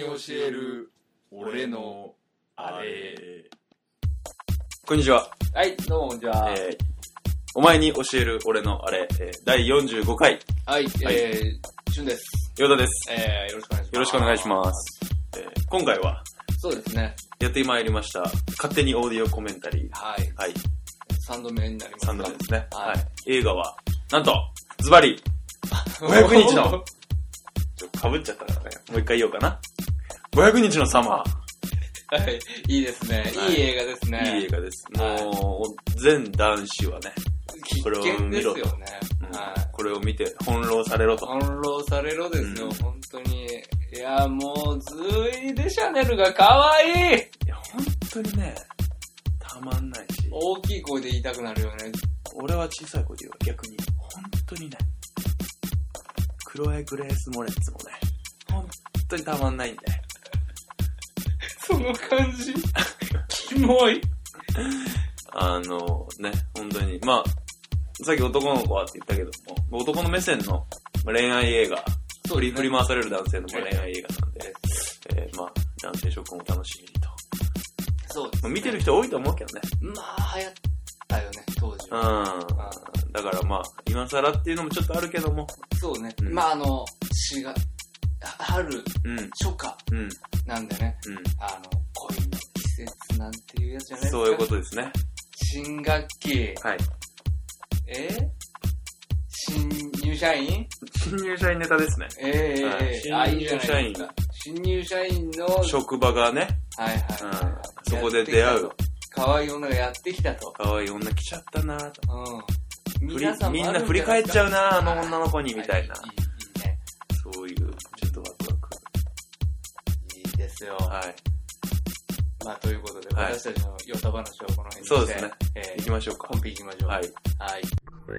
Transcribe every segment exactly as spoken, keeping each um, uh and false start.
教える俺のあれ。 こんにちは。 はい、どうもこんにちは。 えー、お前に教える俺のあれ、えー、だいよんじゅうごかい。 はい、はい、えー、しゅんです。 ようたです。 えー、よろしくお願いします。 よろしくお願いします。えー、今回は、 そうですね。 やってまいりました。勝手にオーディオコメンタリー。 はい。 はい。 さんどめになります。 さんどめですね。 はい。はい、 映画は、なんと、ズバリ、ごひゃくにちの、ちょっと被っちゃったからね。もう一回言おうかな。ごひゃくにちのサマー。 はい、いいですね。いい映画ですね。 いい映画です。もう、全男子はね、 これを見ろと。ですよね。 はい。これを見て、翻弄されろと。 翻弄されろですよ、うん、本当に。いや、もう、ズーイ・デ・シャネルが可愛い。いや、本当にね、たまんないし。 大きい声で言いたくなるよね。 俺は小さい声で言うわ、逆に。本当にね、クロエ・グレース・モレッツもね、本当にたまんないんだよ。 その感じ、キモい。 あのね、本当に、まあ、さっき男の子はって言ったけども、男の目線の恋愛映画、振り、ね、振り回される男性の恋愛映画なんで、えー、まあ、男性諸君を楽しみにと。 そうです、ね。 まあ、見てる人多いと思うけどね。 まあ、流行ったよね、当時は。 うん。だからまあ、今更っていうのもちょっとあるけども。 そうね。うん、まあ、あの、しが、春、うん、初夏、うん、なんでね、うん、あの、恋の季節なんていうやつじゃないですか。 そういうことですね。 新学期。 はい。 えー、新入社員新入社員ネタですね。 ええー、はい、 新入社員。 新入社員の職場がね。 はいはい、はいうん。 そこで出会う。 可愛い女がやってきたと。 可愛い女来ちゃったなと。 うん。 皆さんみんな振り返っちゃうなあの女の子にみたいな。はい、いいね。そういう、ちょっとワクワク。 いいですよ。 はい。 まあ、ということで、はい、私たちのヨタ話はこの辺にして。 そうですね。 えー、 行きましょうか。 本編行きましょう。 はい。 はい。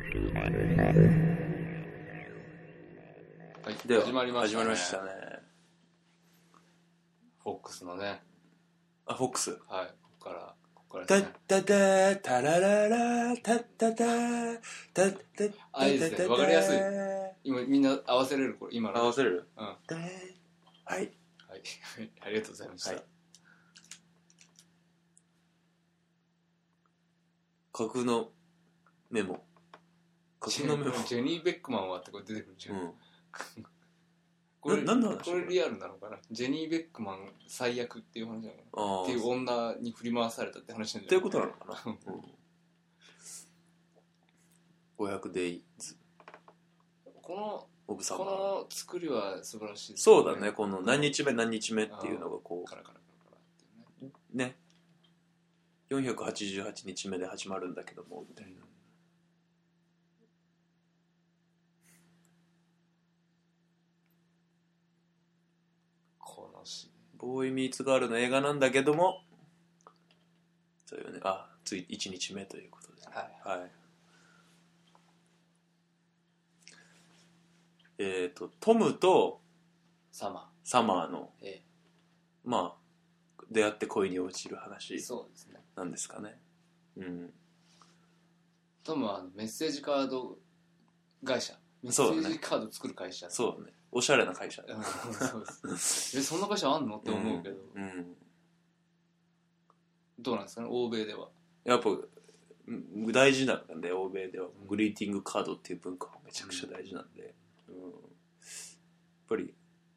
はい、では始まりましたね。 始まりましたね。 フォックスのね。 あ、フォックス。 はい。ここから、ここからですね。 タッタタタラララタッタタタッタタあ、いいですね。わかりやすい。今みんな合わせれるこれ今の。 合わせれる？ うん。はい。 はい。 ありがとうございました。はい、 架空のメモ。架空のメモ。 ジェニー・ベックマンはってこれ出てくるじゃん。うん、これな、なんの話？ これリアルなのかな？ジェニー・ベックマン最悪っていう話なのかな？っていう女に振り回されたって話なんじゃない？ っていうことなのかな？うん、ごひゃくデイズ。 このオブサこの作りは素晴らしいですね。 そうだね。この何日目何日目っていうのがこうカラカラカラカラっていうね。ね。よんひゃくはちじゅうはちにちめで始まるんだけどもみたいな。 このシーン。 ボーイミーツガールの映画なんだけども、そういうね。あ、ついいちにちめということですね。はい。はい。えっと、トムとサマー。 サマーの、 ええ、 まあ、出会って恋に落ちる話なんですかね。 うん、うん。 トムはあのメッセージカード会社。メッセージカード作る会社。 そうだね。おしゃれな会社だね。 そうです。え、そんな会社あんのって思うけど、 うんうん。 どうなんですかね、欧米では。 やっぱ大事なんで、欧米ではグリーティングカードっていう文化がめちゃくちゃ大事なんで、うんうん、やっぱり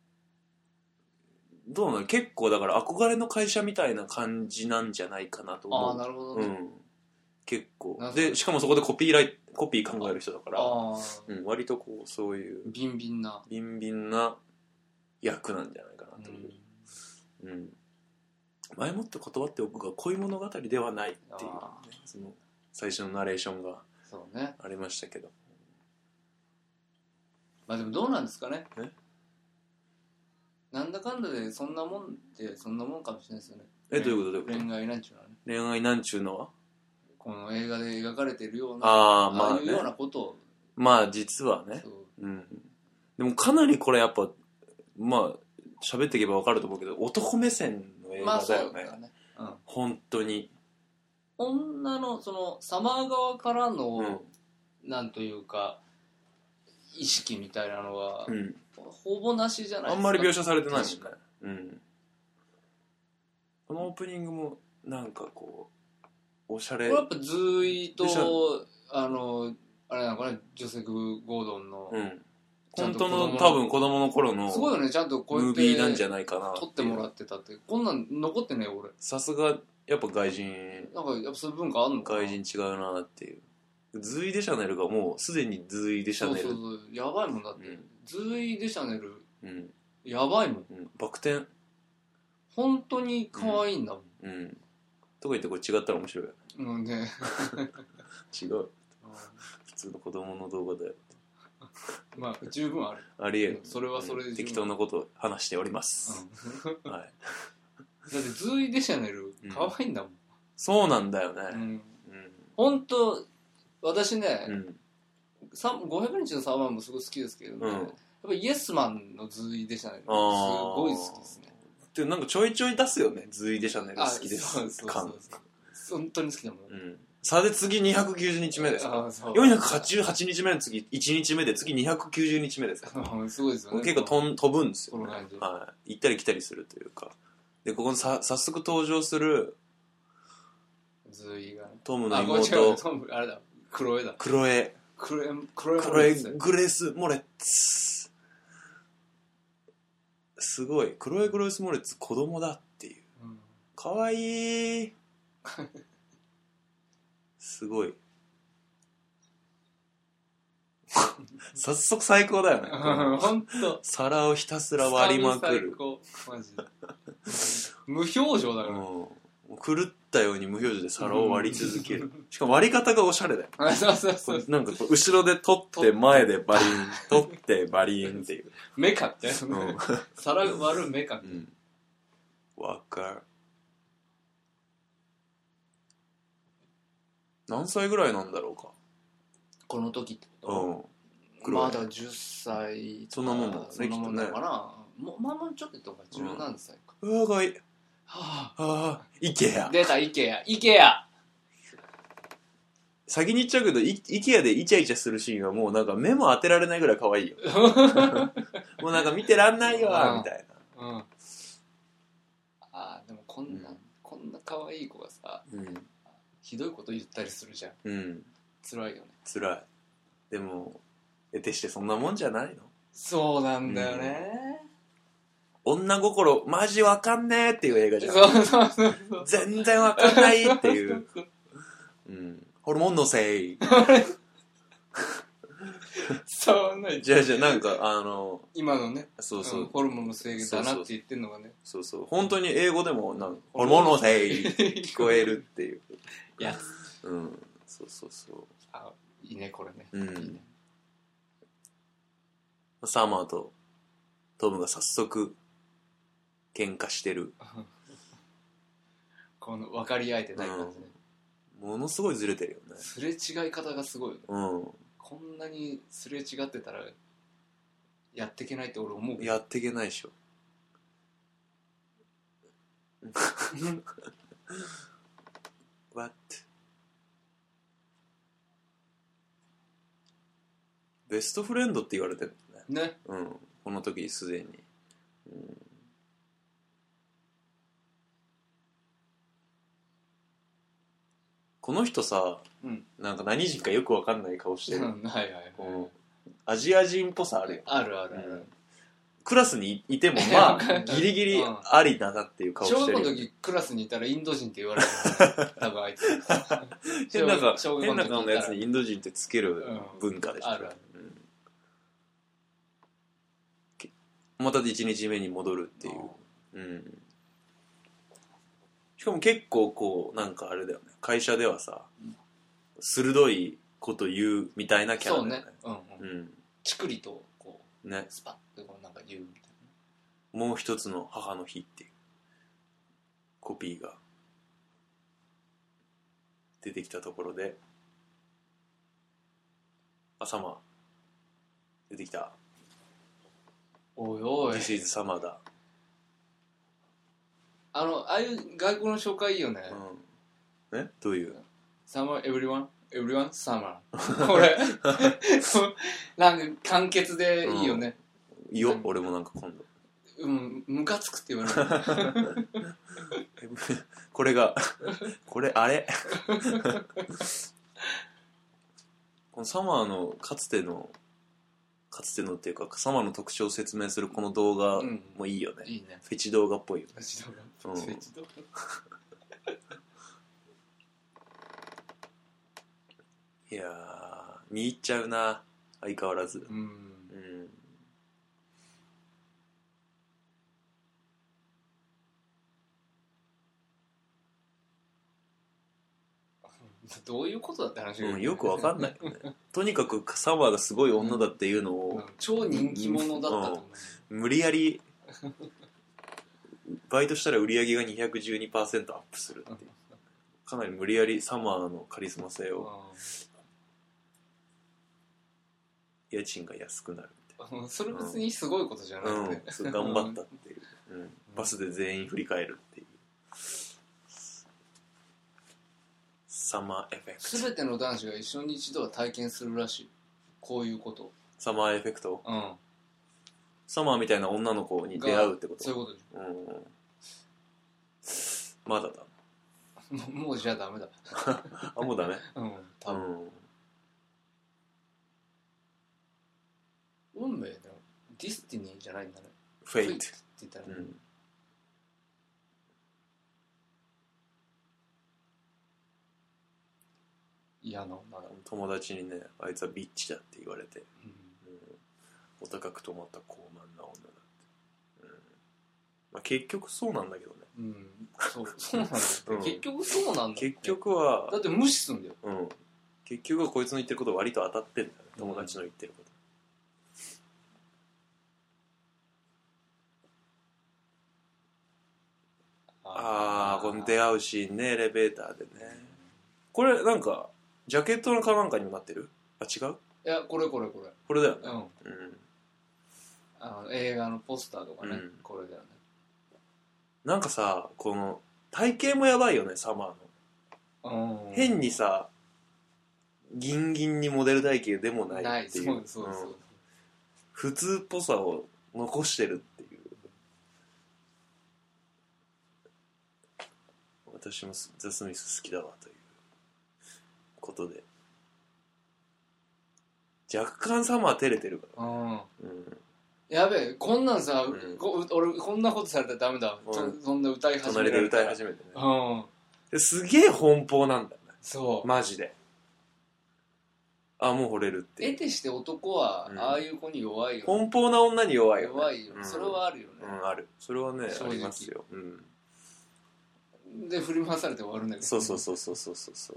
どうなの？結構だから憧れの会社みたいな感じなんじゃないかなと思う。 ああ、なるほどね。 うん、結構で、しかもそこでコピーライコピー考える人だから、 あ、 うん、割とこうそういうビンビンなビンビンな役なんじゃないかなと思う。うん、うん、前もって断っておくが恋物語ではないっていう、ね、その最初のナレーションがありましたけど、ね、 まあでもどうなんですかね。なんだかんだでそんなもんってそんなもんかもしれないですよね。 え、どういうことで？ 恋愛なんちゅうのはね。 恋愛なんちゅうのはこの映画で描かれているような、 あ、まあね、 ああいうようなことを、まあ実はね、う、うん、でもかなりこれやっぱまあ喋っていけば分かると思うけど男目線の映画だよね。まあ、そうだね、うん、本当に女のそのサマー側からの、うん、なんというか意識みたいなのは、うん、ほぼなしじゃないですか。 あんまり描写されてないもんね。 うん。このオープニングもなんかこうおしゃれ。 これやっぱズーイとあのあれなのかな、ジョセフ・ゴードンの、うん、 本当の多分子供の頃のすごいよね、ちゃんとこうやってムービーなんじゃないかな撮ってもらってたって。こんなん残ってねえ俺。 さすがやっぱ外人、 なんかやっぱそういう文化あんのかな。 外人違うなっていう。ズーイ・デシャネルがもうすでにズーイ・デシャネル、 そうそうそう、やばいもんだって、うん、ズーイ・デシャネル、 うん、 やばいもん、 うん、バク転本当に可愛いんだもん、 うんうん、とか言ってこれ違ったら面白いよね。 うんね違う、普通の子供の動画だよまあ十分ある、 ありえる、 それはそれで、うん、 適当なことを話しております、うん、はい。 だってズーイ・デシャネル可愛いんだもん、うん、 そうなんだよね、うんうん、 本当私ね、うん、ごひゃくにちのサーバーもすごい好きですけどね、うん、やっぱイエスマンのズーイ・デシャネルすごい好きですね。でなんかちょいちょい出すよね、ズーイ・デシャネル好きですそうそうそうそう、本当に好きだもん、うん、 さあで次にひゃくきゅうじゅうにちめですか。よんひゃくはちじゅうはちにちめの次いちにちめで次にひゃくきゅうじゅうにちめですかすごいですよね。 結構とん飛ぶんですよ、ね、はい、行ったり来たりするというか。でここにさ早速登場するズーイが、ね、 トムの妹、 トムあれだ、クロエだ。 クロエ。 クロエ、クロエ、 クロエグレース・モレッツ。すごい。クロエ・グレース・モレッツ子供だっていう。うん、かわいい。すごい。早速最高だよね。 ほんと。 皿をひたすら割りまくる。 最高。マジで。無表情だから。 うん狂ったように無表情で皿を割り続ける。しかも割り方がおしゃれだよ。 そうそうそう。 なんか後ろで取って前でバリン、取ってバリンっていう。 メカって、うん、皿割るメカって。 わ、うん、かる。何歳ぐらいなんだろうか。 この時ってこと？うん。まあだからじゅっさいとか。そんなもんだね。そんなもんだかな。もうまあまあちょっととかじゅうなんさいか。 うわ、かわいい。はぁ、あ、イケア。 出た、イケア。イケア。 先に言っちゃうけど、イケアでイチャイチャするシーンはもうなんか目も当てられないぐらい可愛いよ。もうなんか見てらんないよ、みたいな。うん。ああ、でもこんな、うん、こんな可愛い子がさ、うん、ひどいこと言ったりするじゃん。うん。辛いよね。 辛い。でも、得てしてそんなもんじゃないの？ そうなんだよね。うん女心マジわかんねーっていう映画じゃん。そうそうそうそう。全然わかんないっていう。うん。ホルモンのせい。 そうない。 じゃあじゃあなんかあの今のね。 そうそう。 ホルモンのせいだなって言ってんのがね。 そうそう。本当に英語でもなんかホルモンのせい聞こえるっていう。 やつ。 うん。そうそうそう。 あ、いいねこれね。 うん。 いいね。 サマーとトムが早速喧嘩してるこの分かり合えてない感じね、 うん、ものすごいずれてるよね。 すれ違い方がすごいよね、うん、こんなにすれ違ってたらやっていけないって俺思う。 やっていけないでしょWhat? ベストフレンドって言われてるんだね。 ね、 うん、この時すでに、うん、この人さ、うん、なんか何人かよくわかんない顔してる、 うん、はいはいはい、 こうアジア人っぽさあるよ。 あるあるある、うん、 クラスにいてもまあギリギリありだなっていう顔してる。 小学校の時クラスにいたらインド人って言われる多分あいつ変な顔変な顔のやつにインド人ってつける文化でしょ、うん、あるある、うん、またいちにちめに戻るっていう、うん、しかも結構こうなんかあれだよね、会社ではさ、うん、鋭いこと言うみたいなキャラだよね。 そうね、うんうん、チクリとこう、ね、スパッとこうなんか言うみたいな。もう一つの母の日っていうコピーが出てきたところで、あ、サマー出てきた。 おいおい、 This is Summer だ。 あの、ああいう外国の紹介いいよね、 うん、えどういう Summer everyone everyone summer これなんか簡潔でいいよね、 うん、いいよ、俺もなんか今度うんムカつくって言われるこれがこれあれこのサマーのかつてのかつてのっていうかサマーの特徴を説明するこの動画もいいよね、うん、いいね、フェチ動画っぽいよね、フェチ動画、うん、フェチ動画いやー見入っちゃうな相変わらず、うん、うん、 どういうことだって話、 うん、よくわかんないよねとにかくサマーがすごい女だっていうのを、うんうん、 超人気者だったと思う、 うん、無理やりバイトしたら売り上げが にひゃくじゅうにパーセント アップするっていうかなり無理やりサマーのカリスマ性を家賃が安くなるみたいな、 それ別にすごいことじゃないよね、 うんうん、頑張ったっていう、うん、バスで全員振り返るっていうサマーエフェクト。 全ての男子が一生に一度は体験するらしいこういうこと。 サマーエフェクト、 うん、 サマーみたいな女の子に出会うってこと。 そういうことでしょ、うん、まだだもうじゃあダメだあもうダメ、 うん多分、うん、運命だよ。ディスティニーじゃないんだね。 フェイトって言ったら、ね、うん嫌な女だ。 友達にねあいつはビッチだって言われて、うんうん、お高く止まった高慢な女だって、うんまあ、結局そうなんだけどね、 うん、そうそうなんだ、うん、結局そうなんだ。 結局はだって無視すんだよ、 うん、結局はこいつの言ってること割と当たってんだよね、友達の言ってること、うん、ああこの出会うシーンねエレベーターでね、これなんかジャケットのかなんかにもなってる？あ、違う？ いや、これこれこれ。 これだよね。 うん。うん、あの映画のポスターとかね、うん、これだよね。 なんかさ、この体型もやばいよね、サマーの。変にさ、ギンギンにモデル体型でもないっていう。ない、そうそうそう、うん。普通っぽさを残してるっていう。私もザ・スミス好きだわという。ことで若干サマー照れてるから、うんうん、 やべえこんなんさ、うん、こ俺こんなことされたらダメだ、うん、そんな歌い始め隣で歌い始めてね、うん、ですげえ奔放なんだよね。 そうマジであもう惚れるって得てして男は、うん、ああいう子に弱いよ、 ね、奔放な女に弱いよ、ね、 弱いよ、うん、それはあるよね、 うん、あるそれはねありますよ、うん、 で振り回されて終わるんだけど、ね、 そうそうそうそうそうそう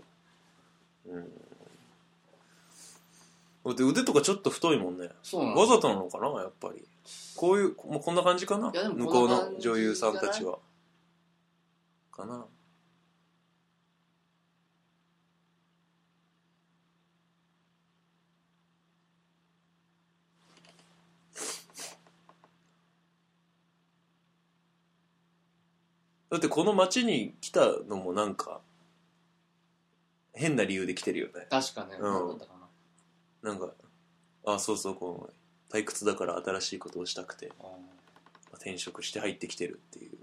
うん、で腕とかちょっと太いもんね。 そうなの。 わざとなのかなやっぱり。こういうもうこんな感じかな。向こうの女優さんたちは。かな。だってこの街に来たのもなんか。変な理由で来てるよね。 確かね、うん、何だったかな。なんかあそうそうこう退屈だから新しいことをしたくて、まあ、転職して入ってきてるっていう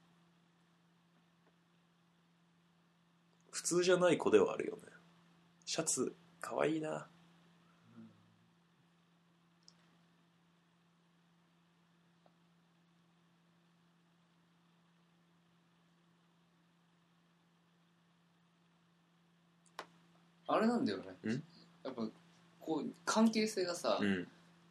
普通じゃない子ではあるよね。シャツかわいいな、うん、 あれなんだよね。やっぱこう関係性がさ、うん、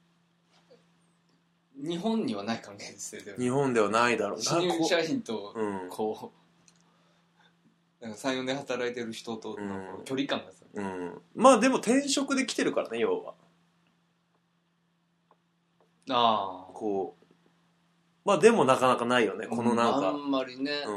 日本にはない関係性だよね。 日本ではないだろうな。 新入社員とこう、うん、なんかさん、よねん働いてる人との距離感がさ、 うんうん、まあでも転職で来てるからね要は。 ああこうまあでもなかなかないよねこのなんか、 うん、あんまりね、うん、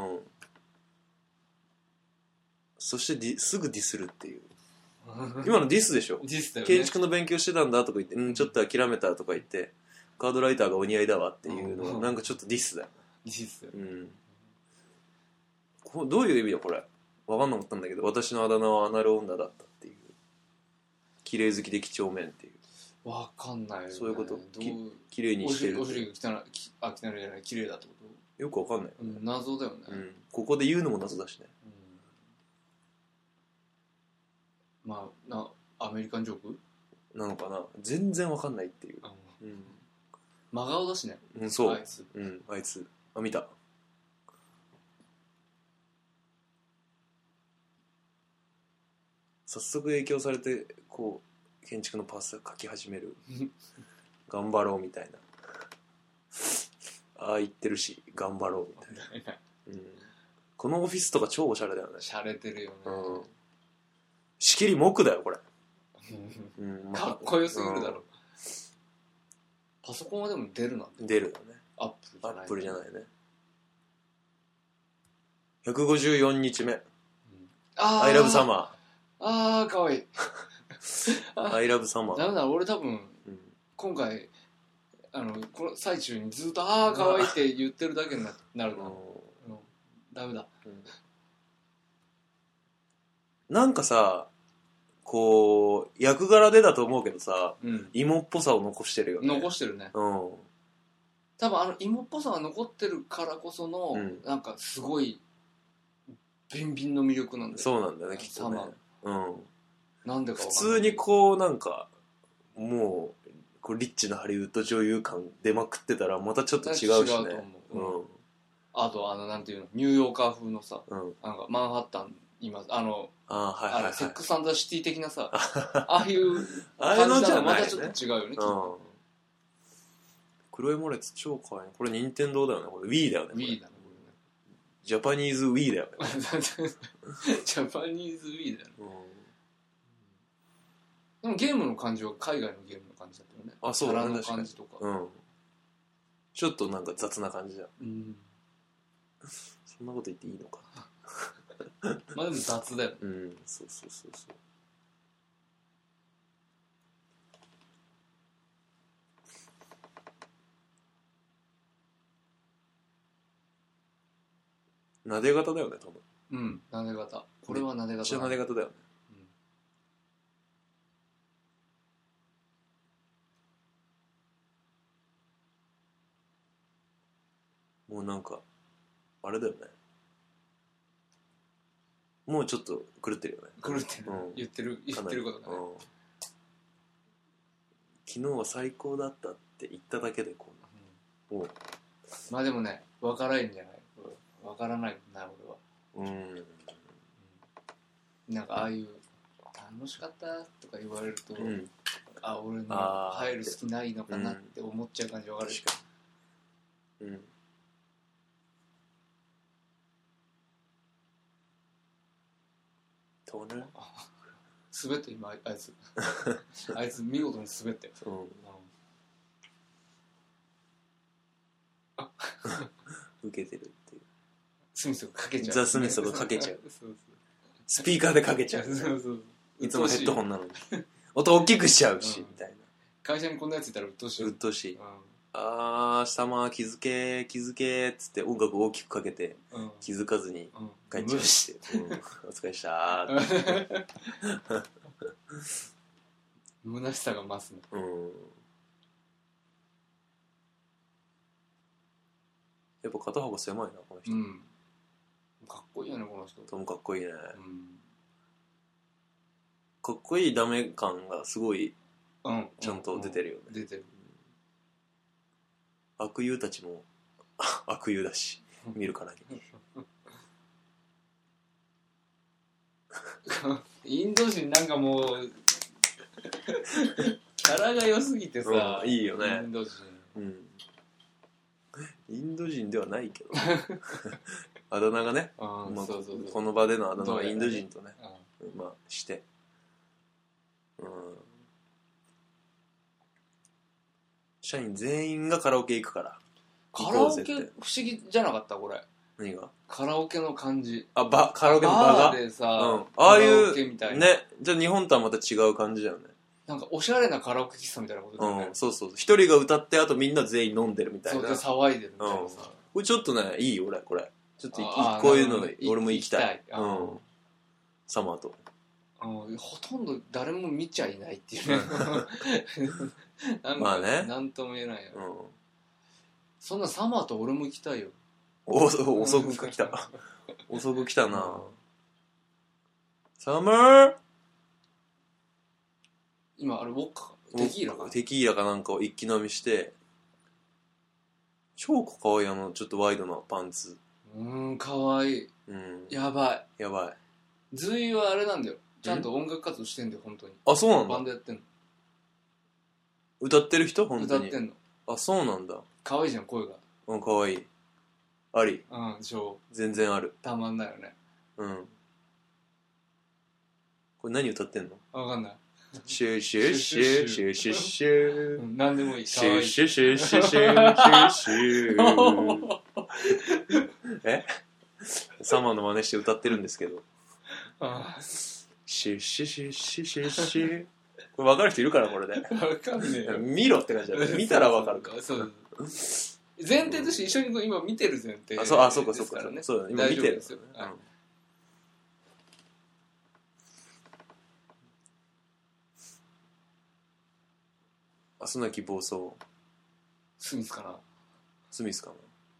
そしてディすぐディスるっていう今のディスでしょ。 ディスだよね。 建築の勉強してたんだとか言って、うん、ちょっと諦めたとか言ってカードライターがお似合いだわっていうのはなんかちょっとディスだよ。 ディスだよ、 うん、こどういう意味だこれ分かんなかったんだけど私のあだ名はアナル女だったっていう綺麗好きで几帳面っていう。 わかんないよね。 そういうこと。 どうきれいにしてる。 お尻が汚い、あ、汚いじゃない、綺麗だってこと？ よくわかんないよね、うん。謎だよね、 うん。ここで言うのも謎だしね。 うん、まあな、アメリカンジョークなのかな。全然わかんないっていう。うん。 真顔だしね。 うん、そう。あいつ。うん、あいつ。あ、見た。早速影響されて、こう、建築のパス書き始める。頑張ろうみたいな。ああ言ってるし、頑張ろうみたいな。うん、このオフィスとか超おしゃれだよね。 しゃれてるよね。 うん、仕切り木だよ、これ。 うん、かっこよすぎるだろ。うん、パソコンはでも出るなんて。 出るよね。 アップルじゃない、 アップルじゃないね。ひゃくごじゅうよっかめ。うん、I love summer。 あー、かわいい。 I love summer。 ダメだ、俺多分、うん、今回、あの、この最中にずっと、あー、かわいいって言ってるだけに な, なるな。うん、ダメだ、うん。 なんかさ、こう、役柄でだと思うけどさ、うん、芋っぽさを残してるよね。 残してるね。うん。多分あの芋っぽさが残ってるからこその、うん、なんかすごい、ビンビンの魅力なんだよ。 そうなんだよね、きっとね。うん。 なんでかわかんない。 普通にこう、なんか、もう、こうリッチなハリウッド女優感出まくってたら、またちょっと違うしね。違うと思う。うん。あと、あの、なんていうの、ニューヨーカー風のさ、うん、なんかマンハッタン、今、あの、 あ、はいはいはい、 セックスアンドザシティ的なさ、ああいう感じなのまたちょっと違うよね、きっと。 クロエモレツ超可愛い。これ任天堂だよね。これ Wii だよね。 Wii だね。 ジャパニーズ Wii だよね。 ジャパニーズ Wii だよね。でもゲームの感じは海外のゲームの感じだったよね。 あ、そうだね。 の感じとか。 うん。ちょっとなんか雑な感じだ。うん。そんなこと言っていいのか。 まあでも雑だよね。 うん、そうそうそうそう。なで型だよね、多分。 うん、なで型。これはなで型。 めっちゃなで型だよね。うん、もうなんか、あれだよね。もうちょっと狂ってるよね。 狂ってる。うん、言ってる、言ってることがね、うん。 昨日は最高だったって言っただけでこう、うん、もう。 まあでもね、わからないんじゃない。わからないな、俺は。うん。なんかああいう楽しかったとか言われると、うん、あ、俺の入る隙ないのかなって思っちゃう感じわかるしか。うん。 とね。 滑って今あいつあいつ見事に滑ってる。うん。 あ受けてるっていう。 スミスがかけちゃう。 ザ・スミスがかけちゃう。そうそう。スピーカーでかけちゃう。そうそうそう。いつもヘッドホンなのに。音大きくしちゃうし、うん、みたいな。 会社にこんなやついたらうっとうしい。 うっとうしい。うん、あー、サマー気づけ、気づけっつって音楽大きくかけて、うん、気づかずに帰っちゃうし、うんうん、お疲れしたーって。 虚しさが増すね。うん。 やっぱ肩幅狭いな、この人。うん。 かっこいいよね、この人。 ともかっこいいね。うん。かっこいいダメ感がすごい、うん、ちゃんと出てるよね。 うんうん、出てる。 悪友たちも悪友だし、見るからに。 インド人なんかもうキャラが良すぎてさ、 うん、いいよね。 インド人。 うん。インド人ではないけどあだ名がね、まあ、そうそうそう、この場でのあだ名はインド人とね、うん、まあして、うん、社員全員がカラオケ行くから。 カラオケ不思議じゃなかったこれ。 何が？ カラオケの感じ。 あ、バカラオケの場がバーでさ、うん、 ああいうね、じゃあ日本とはまた違う感じだよね。 なんかおしゃれなカラオケ喫茶みたいなことだよね。 うん、そうそう。一人が歌ってあとみんな全員飲んでるみたいな。 そう、騒いでるみたいなさ。うん、 これちょっとね、いいよ俺これ。ちょっとこういうの俺も行きたい。うん。サマーと。ううん、ほとんど誰も見ちゃいないっていうねなんかまあねなんとも言えないよ、 うん、 そんなサマーと俺も行きたいよ。 お遅く来た遅く来たな、うん、サマー今あれウォッカテキーラかテキーラかなんかを一気飲みして超かわいいあのちょっとワイドなパンツ。 うーんかわいい、うん、やばいやばい。 ズイはあれなんだよ、ちゃんと音楽活動してんだよ本当に。 あ、そうなんだ。 バンドやってんの。 歌ってる人本当に。 歌ってんの。 あ、そうなんだ。 かわいいじゃん声が。 うん、かわいい。あり。 うん、でしょ。 全然ある。 たまんないよね。 うん。これ何歌ってんの？ わかんない。 シュシュシュシュシュシュ、 うん、何でもいい。 シュシュシュシュシュシュシュえ？サマーの真似して歌ってるんですけど。ああ。シュシュシュシュシュシュ。これ分かる人いるからこれで。 分かんねえよ。 見ろって感じだね。見たら分かるか。 そう前提として一緒に今見てる前提。 あ、そう、あ、そうかそうか。そうだね。今見てるんですよ。はい。アスナキ暴走。 スミスかな。 スミスか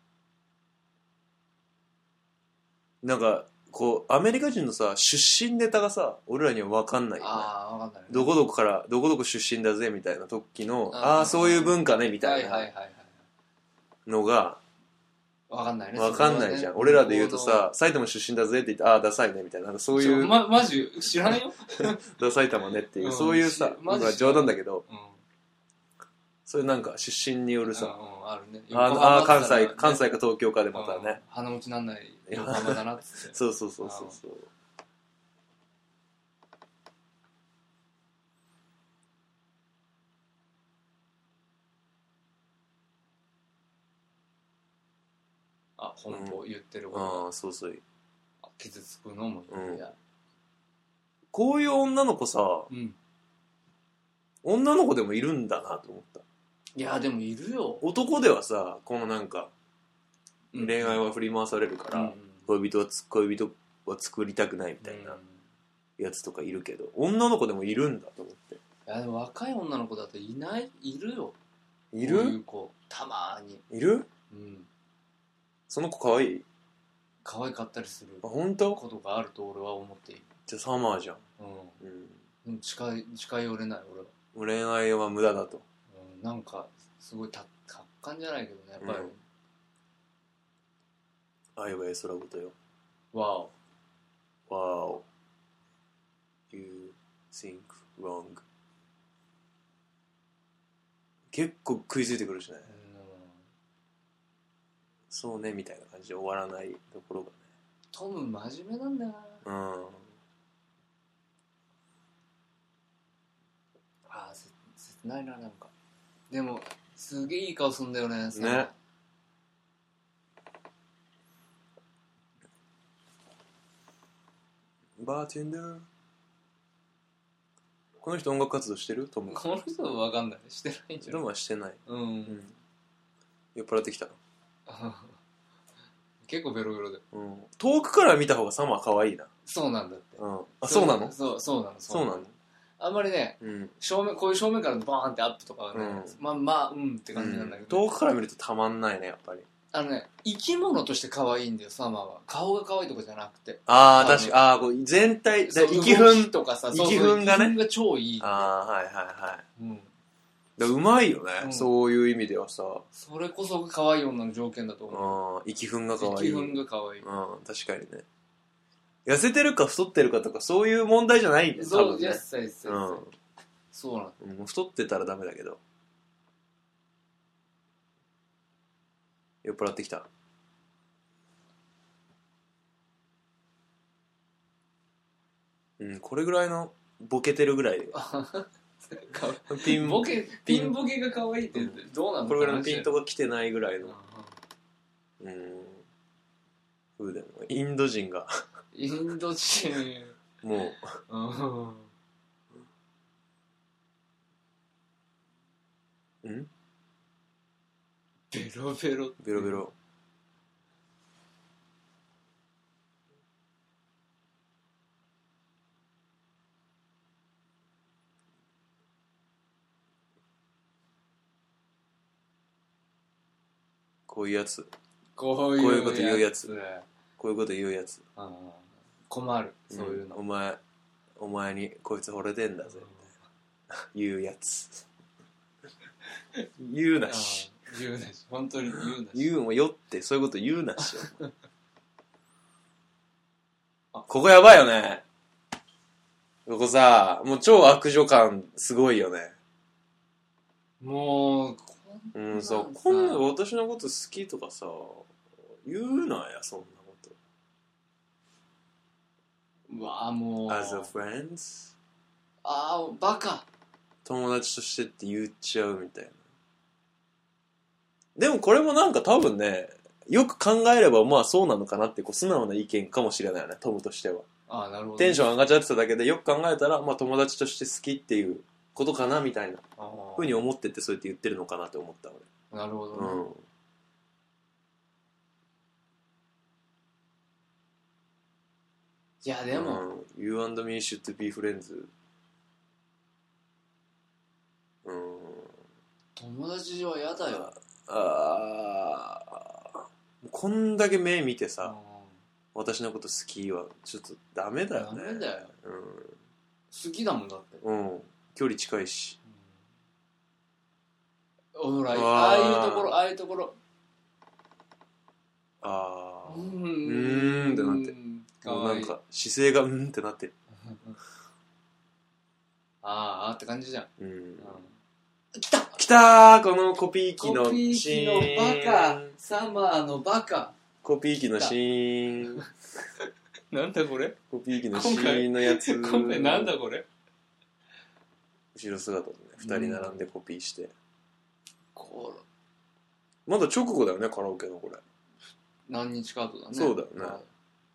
な。なんかこうアメリカ人のさ出身ネタがさ俺らには分かんないよね。 ああ分かんない、ね。 どこどこからどこどこ出身だぜみたいな時のああそういう文化ねみたいなのが分かんないね。 分かんないじゃん。俺らで言うとさ埼玉出身だぜって言ってああダサいねみたいな、なんかそういうまマジ知らんよ。 ダ埼玉ねっていう、うん、そういうさ冗談だけど。うん、そういうなんか出身によるさ、 うん、あるね。 ああ関西関西か東京かでまたね、 鼻持ちなんない横浜だなっつって。 そうそうそうそうそう。 あ、本当言ってること、うん、ああそうそう。 傷つくのもいや、うん、 こういう女の子さ、うん、女の子でもいるんだなと思った。 いやでもいるよ。 男ではさこのなんか、うん、恋愛は振り回されるから、うん、恋人は恋人は作りたくないみたいなやつとかいるけど、女の子でもいるんだと思って。 いやでも若い女の子だといないいるよ。 いる？ こういう子たまーにいる？うん。その子可愛い？ 可愛かったりする。 あ本当？ ことがあると俺は思っている。 じゃあサマーじゃん。 うん。うん、近い近寄れない俺は。恋愛は無駄だと。 なんかすごい達観じゃないけどねやっぱり、 うん、愛は絵空事よ。 わおわお You think wrong。 結構食いついてくるしね、うん、そうねみたいな感じで終わらないところがね。 トム真面目なんだよな。うん。ああ切ないな。なんかでもすげえいい顔すんだよね。 ね。バーテンダー。この人音楽活動してる？トム。 この人は分かんない。してないんじゃん。 トムはしてない。うん。うん、酔っ払ってきた。 結構ベロベロで、 うん。遠くから見た方がサマー可愛いな。 そうなんだって。 うん。あ、そうなの？ そうそうなの。 そうなの。 あんまりね、うん、正面こういう正面からバーンってアップとかはね、うん、まあまあうんって感じなんだけど、 ね、うん、遠くから見るとたまんないねやっぱり。 あのね生き物として可愛いんだよサマーは。顔が可愛いとかじゃなくて。 ああ確かああこう全体生き粉とかさ、 生き粉がね。 生き粉が超いい。 ああはいはいはい。うん。だうまいよね、うん、そういう意味ではさ。 それこそが可愛い女の条件だと思う。 ああ生き粉が可愛い。 生き粉が可愛い。 うん確かにね。痩せてるか太ってるかとかそういう問題じゃないんだよ多分ね。 そうです、うん。そうなんだ、 うん、太ってたらダメだけど。酔っ払ってきた。うんこれぐらいのボケてるぐらいでピンボケピンボケが可愛いってどうなの？ これぐらいのピントが来てないぐらいのうん風でもインド人がインド人もううんベロベロベロベロこういうやつ。 こういうこういうこと言うやつ。こういうこと言うやつ。 あ困る、そういうの、 うん、お前お前にこいつ惚れてんだぜ言うやつ言うなし言うなし本当に言うなし言うもよってそういうこと言うなしここやばいよね。ここさもう超悪女感すごいよね。 もううんそうこんな私のこと好きとかさ言うなやそんなこと。 うわもう As a friends ああバカ友達としてって言っちゃうみたいな。でもこれもなんか多分ねよく考えればまあそうなのかなってこう素直な意見かもしれないよねトムとしては。 あなるほど、ね、 テンション上がっちゃってただけでよく考えたらまあ友達として好きっていうことかなみたいなふうに思っててそうやって言ってるのかなって思った俺。なるほどね、 うん、 いやでも、 うん、You and me should be friends。 うん、 友達は嫌だよ。 ああこんだけ目見てさ、うん、私のこと好きはちょっとダメだよね。 ダメだよ、うん、好きだもんだって。 うん距離近いし、 うん、ほらああいうところああいうところああうーんーんってなってもうなんか姿勢がうんってなってるあーあって感じじゃん、うんうん、 来た来たーこのコピー機のコピー機のバカサマーのバカコピー機のシーンなんだこれコピー機のシーンのやつ今回なんだこれ後ろ姿でねふたり並んでコピーして、うん、 これまだ直後だよねカラオケのこれ何日か後だね。 そうだよね。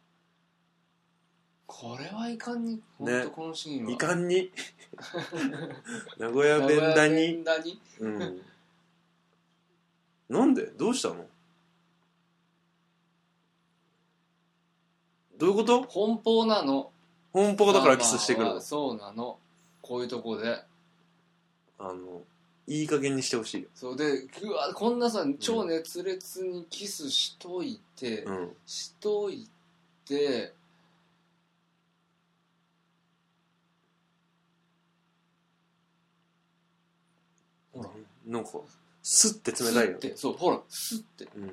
これはいかんに、ほんとこのシーンは。 いかんに名古屋弁だに。 だにうん。なんでどうしたのどういうこと奔放なの。 奔放だからキスしてくるの。 そうなの。こういうとこで。 あの、いい加減にしてほしいよ。 そうで、うわこんなさ超熱烈にキスしといて、うん、しといてほらなんかスッて冷たいよ。 ってそうほらスッて、うん、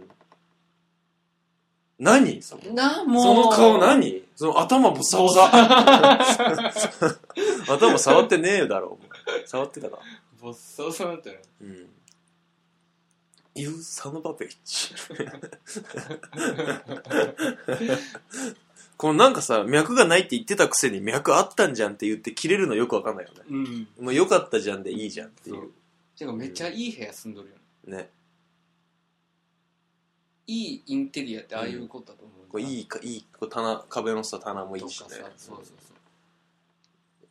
何そのなもうその顔何その頭ボサボサ頭触ってねえだろ触ってたかボッサボサになってる。うん。 You son of a bitch このなんかさ脈がないって言ってたくせに脈あったんじゃんって言って切れるのよくわかんないよね。うん。もうよかったじゃんでいいじゃんっていう。 てかめっちゃいい部屋住んどるよね。ね。いいインテリアってああいうことだと思う。 うん、こういいかいいこう棚壁の下棚もいいしね。そうそうそう。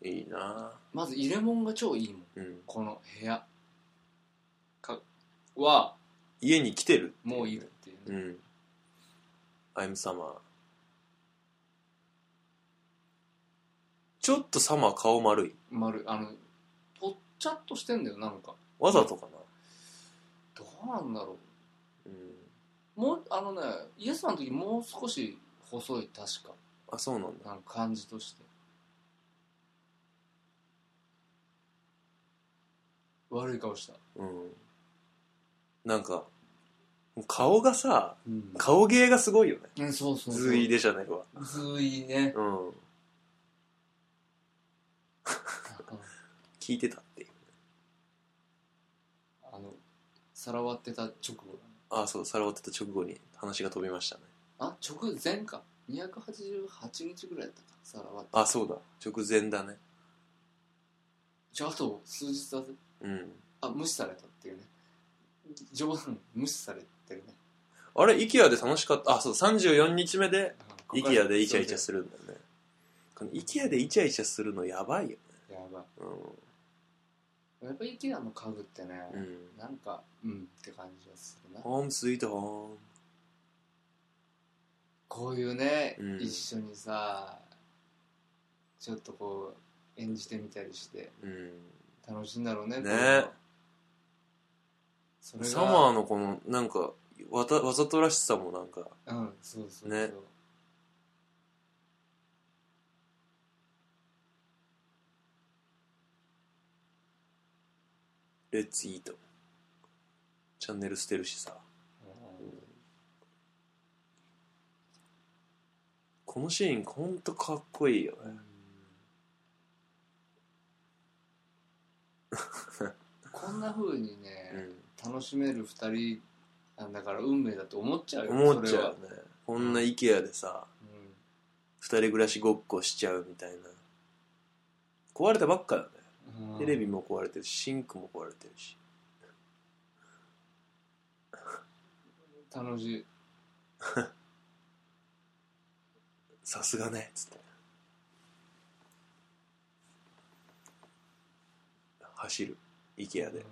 いいなまず入れ物が超いいもん、うん、この部屋かは家に来てるもういるっていうね、 うん、I'm Summer ちょっとサマー顔丸い丸いあのぽっちゃっとしてんだよなんかわざとかなどうなんだろう、うん、もうあのねイエスマンの時もう少し細い確かあそうなんだなんか感じとして悪い顔した。うん。 なんか、顔がさ、うん、顔芸がすごいよね。 うん、そうそうそう。 ズイでじゃないわ。 ズイね。うん。 聞いてたっていう。 あの、さらわってた直後、ね。 ああ、そう、さらわってた直後に話が飛びましたね。 あ、直前か。にひゃくはちじゅうはちにちぐらいだったか。さらわってあ、そうだ。直前だね。 じゃあ、あと数日だぜ。うん、あ無視されたっていうね冗談無視されてるねあれ IKEA で楽しかったあそうさんじゅうよっかめで IKEA でイチャイチャするんだよねこの IKEA でイチャイチャするのやばいよねやばい、うん、やっぱ IKEA の家具ってね、うん、なんかうんって感じがするなホームスイートホームこういうね、うん、一緒にさちょっとこう演じてみたりして、うん楽しいんだろうね。 ねそれがサマーのこのなんかわたわざとらしさもなんかうんそうそうそうねレッツイートチャンネル捨てるしさ、うん、このシーンほんとかっこいいよね、 うん、こんな風にね、うん、楽しめるふたりなんだから運命だと思っちゃうよね。 思っちゃうよね。こんな IKEA でさ、うん、ふたり暮らしごっこしちゃうみたいな。壊れたばっかだね、うん、テレビも壊れてるしシンクも壊れてるし楽しいさすがねっつって走る IKEA で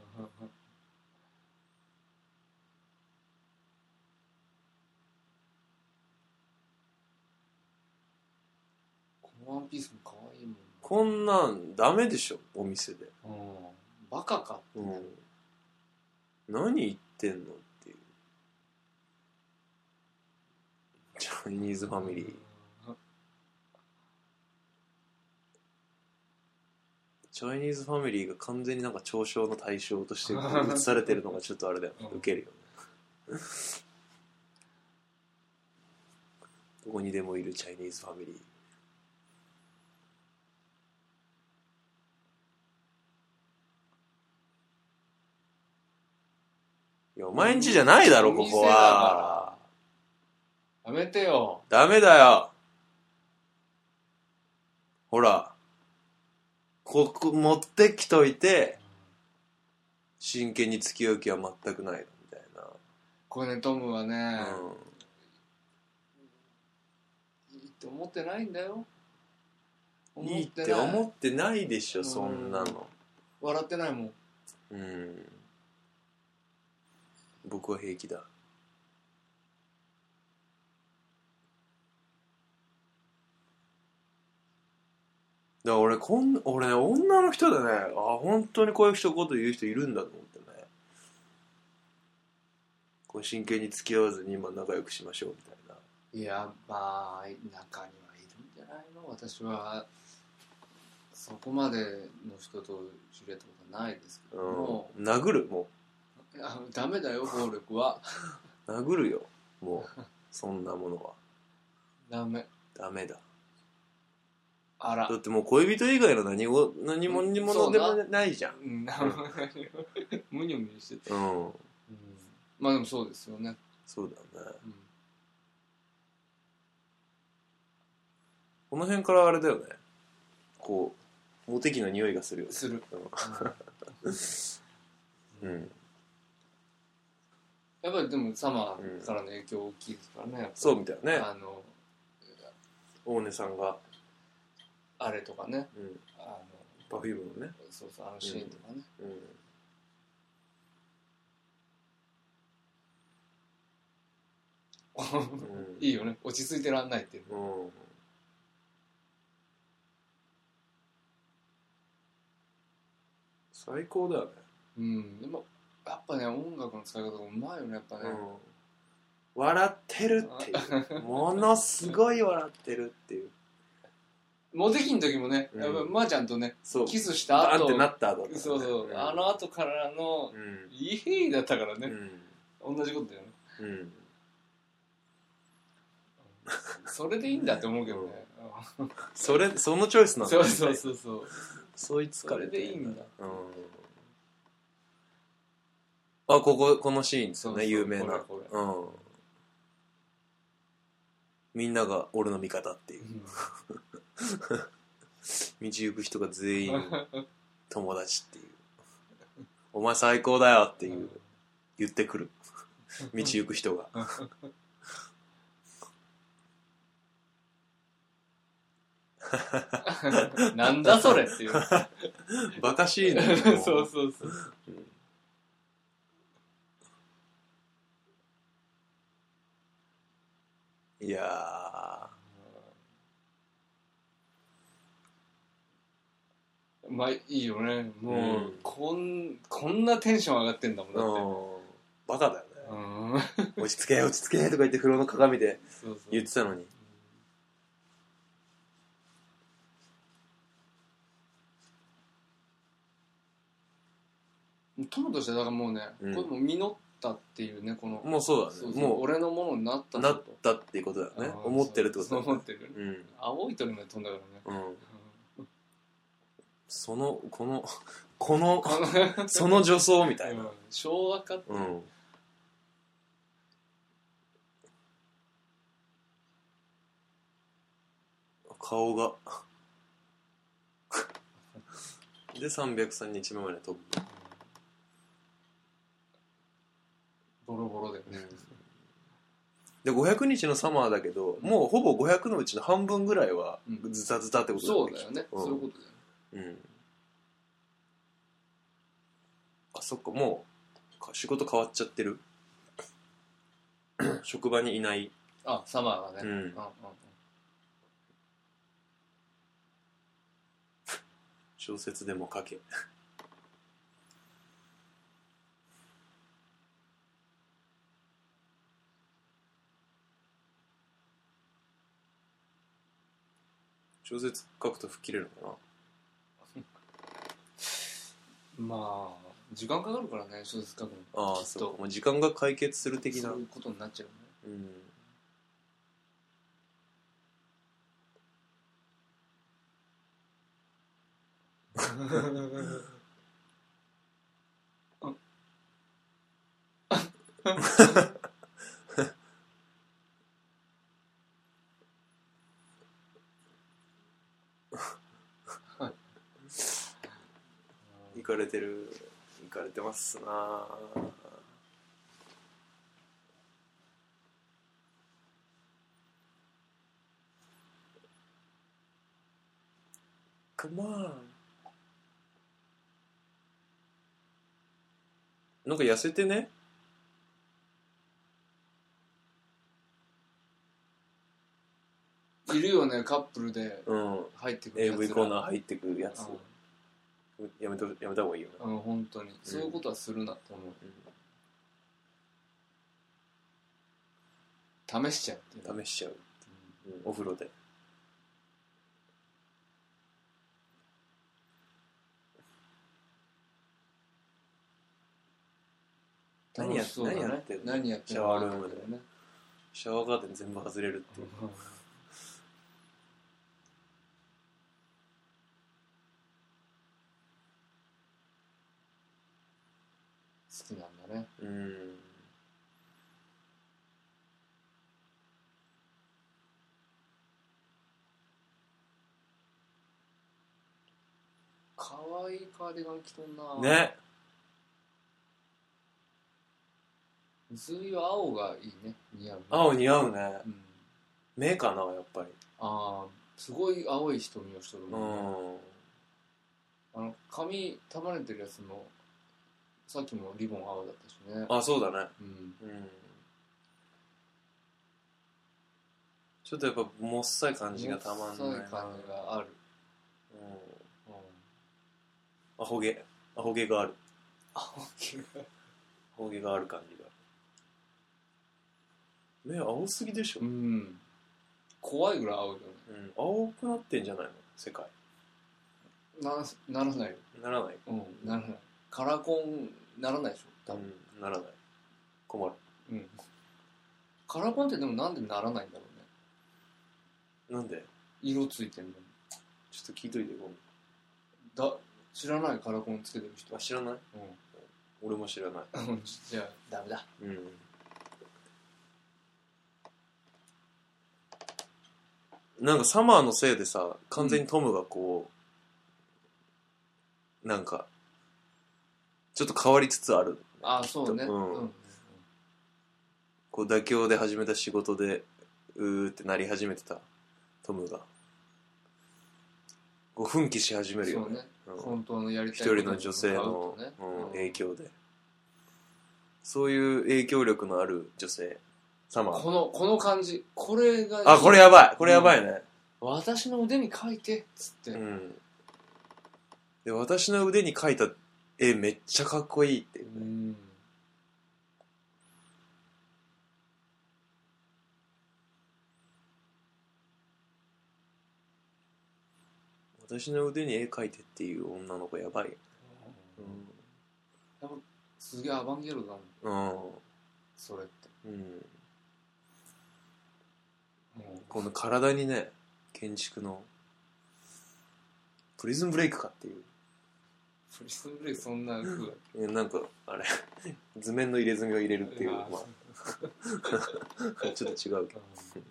このワンピースも可愛いもん。 こんなんダメでしょお店で、 うん、バカかって、ね、 うん、何言ってんのっていうチャイニーズファミリー、うん、チャイニーズファミリーが完全になんか嘲笑の対象として映されてるのがちょっとあれだよ、うん、ウケるよねどこにでもいるチャイニーズファミリー。いやお前んちじゃないだろここは。 やめてよ。 ダメだよ。ほらここ持ってきといて真剣に付き合う気は全くないのみたいな。 これねトムはね、うん、いいって思ってないんだよ。 いいって思ってないでしょ、うん、そんなの。 笑ってないもん。 うん。僕は平気だ。だから俺こん俺ね女の人でね、あ本当にこういう一言言う人いるんだと思ってね。こう真剣に付き合わずに今仲良くしましょうみたいな。 いやまあ中にはいるんじゃないの。私はそこまでの人と知り合ったことはないですけども、 うん、殴るもうあダメだよ暴力は殴るよもうそんなものはダメダメだ。 あらだってもう恋人以外の何を何もにものでもないじゃん、うん、 むにょむにょしてて、 うん、うん、 まあでもそうですよね。 そうだよね、うん、この辺からあれだよねこうモテ期の匂いがするよね。 する、 うん、うん、 やっぱりでもサマーからの影響大きいですからね。 そうみたいなね。 あの大根さんがあれとかね、 うん、 あのパフュームのね、 そうそうあのシーンとかね、 うんうん、いいよね落ち着いてらんないっていう、うん、 最高だよね。 うんでもやっぱね音楽の使い方がうまいよねやっぱね、 うん、笑ってるっていうものすごい笑ってるっていうモテ期の時もね、うん、やっぱまーちゃんとねキスした後バーンってなった後だった、ね、 そうそう、うん、あの後からの、うん、イエーイだったからね、うん、同じことだよね、うん、それでいいんだって思うけどね、 うん、それそのチョイスなんだ、 ね、そうそうそうそうそいつからそれでいいんだ、うん、 あこここのシーンですよね。そうそう有名なこれこれ、うん、みんなが俺の味方っていう、うん、道行く人が全員友達っていうお前最高だよっていう、うん、言ってくる道行く人がなんだそれっていうバカしいねそうそうそう、うん、 いやーまあいいよねもう、うん、こんこんなテンション上がってんだもんだってバカだよね。 落ち着け落ち着けとか言って風呂の鏡で言ってたのに。そうそううん、友としてだからもうね、うん、これも実ったっていうね、このもうそうだね、 そうそうもう俺のものになったなったっていうことだよね。思ってるってことだよね。 思ってる、うん、青い鳥まで飛んだからね、うん、 そのこのこのその女装みたいな、うん、 昭和かって、うん、 顔がでさんびゃくさんにちめまで飛ぶ、 ボロボロだよね、 でごひゃくにちのサマーだけど、うん、もうほぼごひゃくのうちの半分ぐらいはズタズタってことだよね、 そうだよね、うん、そういうことだよね、うん、 あそっか、もう仕事変わっちゃってる職場にいない、 あ、サマーがね、うん、うんうん、 小説でも書け小説書くと吹っ切れるのかなまあ時間かかるからね、小説書くの。ああ、そうか、もう時間が解決する的な、 そういうことになっちゃうね。うん行かれてる、行かれてますな。Come on。なんか痩せてね。 いるよね、カップルで入ってくるやつら、うん、エーブイ コーナー入ってくるやつ、うん、やめとやめた方がいいよな。 うん、本当にそういうことはするなと思う、うん、試しちゃうっていう、 試しちゃう、うん、お風呂で。何やってる、ね、何やってる何やってるシャワールームでね、シャワーカーテン全部外れるっていう好きなんだね。うん。かわいいカーディガン着とんな。 ね。 ずいは青がいいね、似合う、ね。 青似合うね。うん、目かなやっぱり。 ああ、すごい青い瞳をしとるもんね。うん。あの髪束ねてるやつもさっきもリボン青だったしね。 あ、そうだね。うん。うん、ちょっとやっぱもっさい感じがたまんないな。もっさい感じがある。うん。うん、アホ毛、アホ毛がある。 アホ毛が。 アホ毛がある感じが。目青すぎでしょ。うん。 怖いぐらい青いよね。 うん。青くなってんじゃないの世界。 な、ならないよ。 ならない。 うん、ならない。カラコンならないでしょ多分、 うん、ならない。困る。 うん。カラコンってでもなんでならないんだろうね。なんで色ついてんのに。 ちょっと聞いといて今度。だ、知らないカラコンつけてる人。 あ、知らない？うん。俺も知らない。 じゃあ、ダメだ。うん。 なんかサマーのせいでさ、完全にトムがこう、うん、なんか、ちょっと変わりつつある。 ああ、そうね。うん。うん、 こう妥協で始めた仕事で、うーってなり始めてたトムが、こう奮起し始めるよね。そうね。 うん、本当のやりたい一人の女性の、ね、うん、影響で。そういう影響力のある女性。サマー。 この、この感じ。これがいい。 あ、これやばい。これやばいね。 うん、私の腕に描いて、つって。うん。 で、私の腕に描いた絵めっちゃかっこいいっていう、ね。うん。 私の腕に絵描いてっていう女の子やばいよ、 うん、やっぱすげえアバンギャルドだもん、うん、それって、うん、 この体にね建築のプリズンブレイクかっていう。 プリズンブレイクそんな服がなんかあれ図面の入れ墨を入れるっていう、まあちょっと違うけど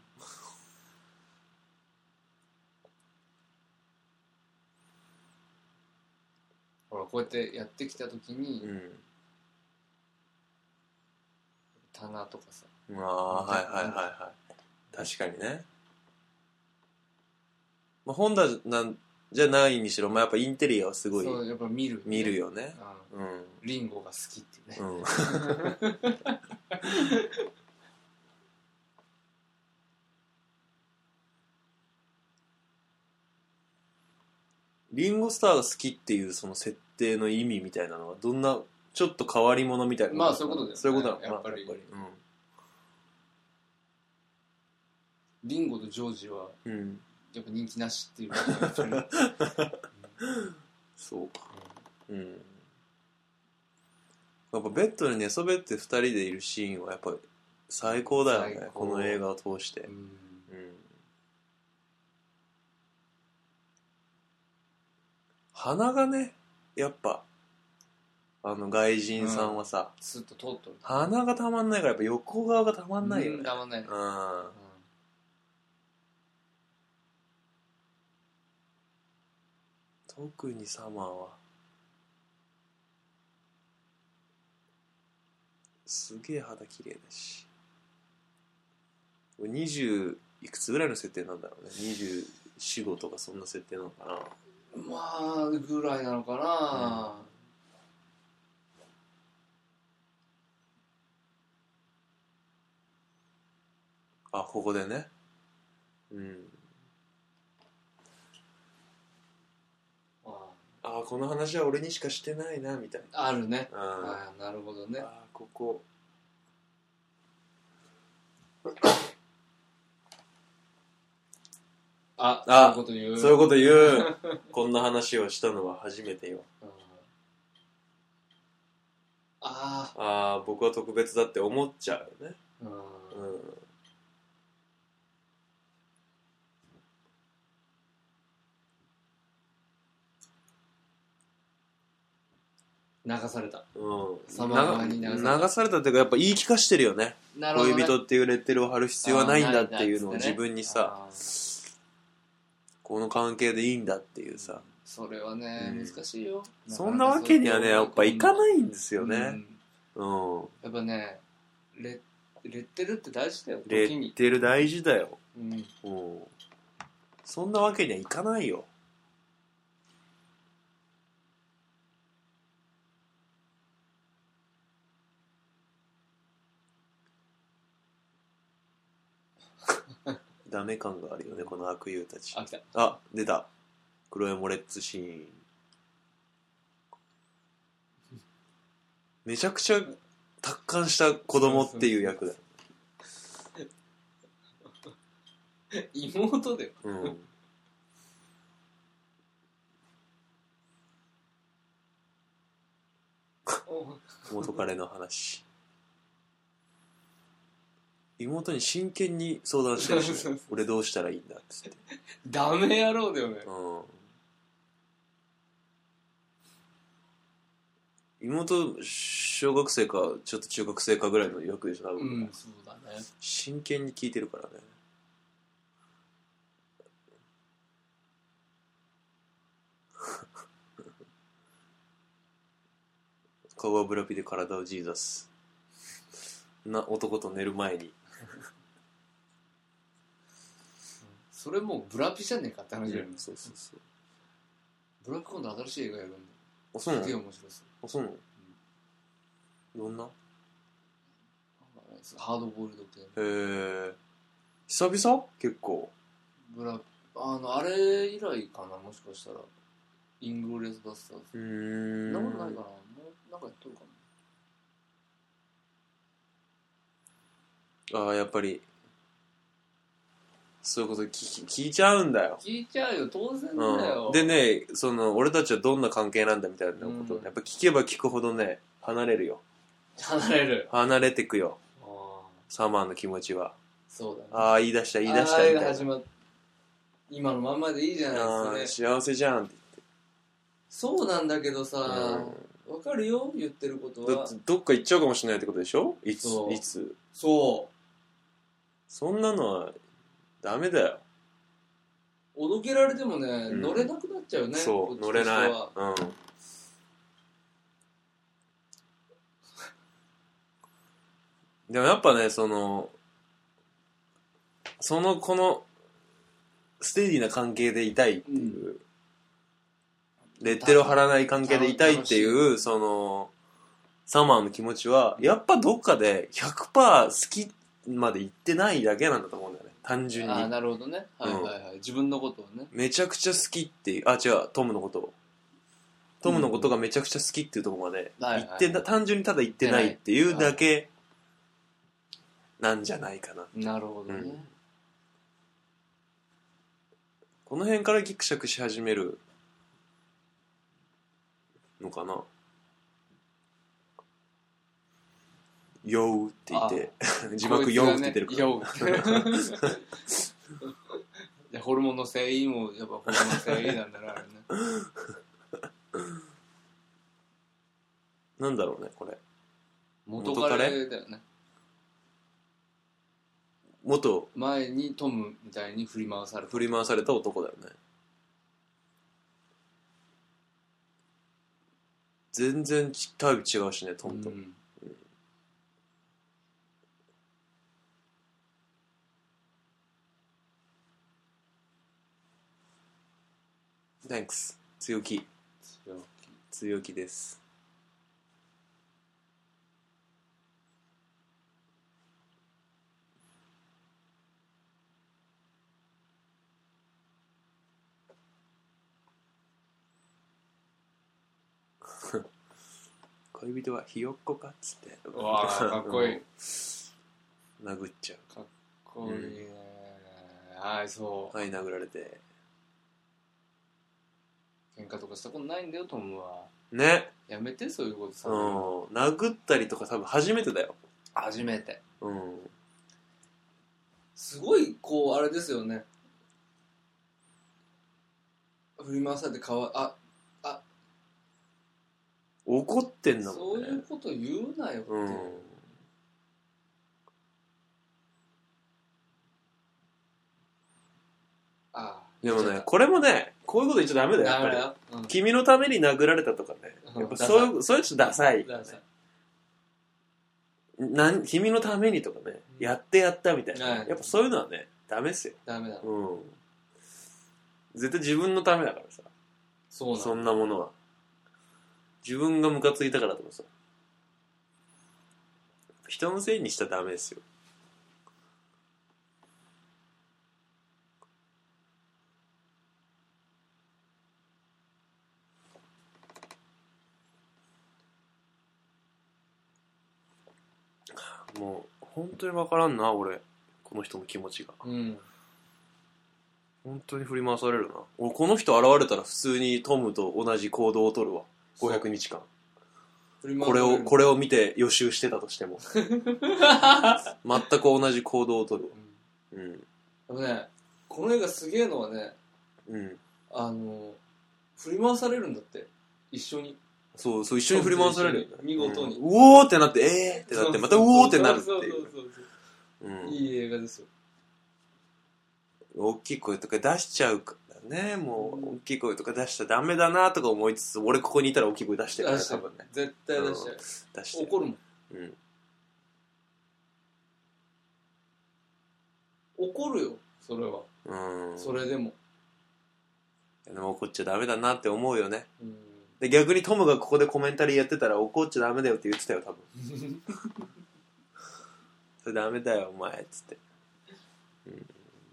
ほらこうやってやってきた時に、うん、棚とかさ、 ああはいはいはいはい確かにね、まあ、本棚なんじゃないにしろ、まあ、やっぱインテリアはすごいそうやっぱ見る、ね、 見るよね、 うん、リンゴが好きっていうね、うん、 リンゴスターが好きっていうその設定の意味みたいなのはどんなちょっと変わり者みたいな、 まあそういうことだよね、 そういうことなのやっぱり、やっぱり、うん、リンゴとジョージは、うんやっぱ人気なしっていうそうか、うん、うん、やっぱベッドに寝そべってふたりでいるシーンはやっぱ最高だよね、この映画を通して、うんうん、鼻がねやっぱあの外人さんはさ、 うん、スッと通っとる鼻がたまんないからやっぱ横側がたまんないよね、 うん、たまんないね、うん、 特にサマーはすげえ肌綺麗だし、にじゅういくつぐらいの設定なんだろうね、にじゅうよん、ごとかそんな設定なのかな、 まあぐらいなのかな、 うん、あここでね、うんああこの話は俺にしかしてないなみたいなあるね、ああなるほどね、 ああここああそういうこと言うそういうこと言うこんな話をしたのは初めてよ、うん、ああ僕は特別だって思っちゃうよね、うん、うん流された、 うん、 サマー側に流された流されたっていうかやっぱ言い聞かしてるよね、なるほどね、恋人っていうレッテルを貼る必要はないんだっていうのを自分にさ、この関係でいいんだっていうさ、 それはね、うん、難しいよ、 そんなわけにはねやっぱいかないんですよね、うん、うん、 やっぱね レ, レッテルって大事だよ、 レッテル大事だよ、うん、うん、そんなわけにはいかないよ、ダメ感があるよねこの悪友たち、 あ来た、 あ出たクロエ・モレッツシーンめちゃくちゃ達観した子供っていう役だよ妹だよ、うん、 元彼の話妹に真剣に相談してるし俺どうしたらいいんだっつってダメ野郎だよね、 うん、妹小学生かちょっと中学生かぐらいの役でしょ多分、 うん、そうだね、 真剣に聞いてるからね顔はブラピで体はジーザスな男と寝る前にそれもうブラピじゃねえかって話だよね、うん、 そうそうそうブラピ今度新しい映画やるんだよ、 あそうなの、 すげえ面白そう、 あそうなの、うん、どんなハードボイルド系、 へえ久々結構ブラあのあれ以来かな、もしかしたらイングロレスバスターズ、うーんそんなことないかな、もうなんかやっとるかな、ああやっぱりそういうこと聞, 聞いちゃうんだよ。 聞いちゃうよ、当然だよ。 うん、でね、その俺たちはどんな関係なんだみたいなことを、うん、やっぱ聞けば聞くほどね、離れるよ。 離れる。 離れてくよ。サマーの気持ちは。 そうだね。 ああ、言い出した言い出したみたいな。 始まっ今のまんまでいいじゃないですかね。 幸せじゃんって言って。 そうなんだけどさ、うん、わかるよ、言ってることは。 だってどっか行っちゃうかもしれないってことでしょ。いついつ。 そう。 そんなのはダメだよ。 おどけられてもね、うん、乗れなくなっちゃうね。 そう、乗れない。うん。でもやっぱね、その、その、この、ステディな関係でいたいっていう、うん、レッテルを貼らない関係でいたいっていう、その、サマーの気持ちは、やっぱどっかで ひゃくパーセント 好きまでいってないだけなんだと思うんだよね。単純に。 ああ、なるほどね。はいはいはい。うん、自分のことをね。 めちゃくちゃ好きっていう、あ、違う、トムのことを。トムのことがめちゃくちゃ好きっていうところまで、言って、うん、単純にただ言ってないっていうだけなんじゃないかな。 なるほどね。うん、 この辺からギクシャクし始めるのかな。ヨーって言って字幕ヨーって出るから、ね、ヨーいやホルモンの繊維もやっぱホルモンの繊維なんだなあれねなんだろうねこれ元彼だよね。 元前にトムみたいに振り回された振り回された男だよね。全然タイプ違うしねトムと、うんThanks 強気強気強気です恋人はひよっこかっつってわーかっこいい殴っちゃうかっこいいね、うん、はいそうはい殴られて喧嘩とかしたことないんだよトムはねやめてそういうことさ、 うん、殴ったりとか多分初めてだよ初めてうんすごいこうあれですよね振り回されてかわああ怒ってんだもんねそういうこと言うなよって、うん、ああでもねこれもねこういうこと言っちゃダメだよやっぱり、うん、君のために殴られたとかねやっぱそういうそういう人ダサい、 ダサいなん君のためにとかね、うん、やってやったみたいな、はい、やっぱそういうのはねダメっすよダメだ、 うん、絶対自分のためだからさそうなんそんなものは自分がムカついたからとかさ人のせいにしちゃダメですよもう本当に分からんな俺この人の気持ちが、 うん、 本当に振り回されるな俺この人現れたら普通にトムと同じ行動を取るわごひゃくにちかんこれをこれを見て予習してたとしても全く同じ行動を取るわ、うん、 でもねこの映画すげえのはね、 うん、 あの振り回されるんだって一緒にそうそう一緒に振り回される見事に、 うん、うおーってなってえーってなってまたうおーってなるっていういい映画ですよ大きい声とか出しちゃうからねもう大きい声とか出しちゃダメだなとか思いつつ俺ここにいたら大きい声出してるから多分ね絶対出しちゃう、うん、出して怒るもん、 うん、 怒るよそれは、 うん、 それでもでも怒っちゃダメだなって思うよね、 うんで逆にトムがここでコメンタリーやってたら怒っちゃダメだよって言ってたよ多分それダメだよお前っつって、うん、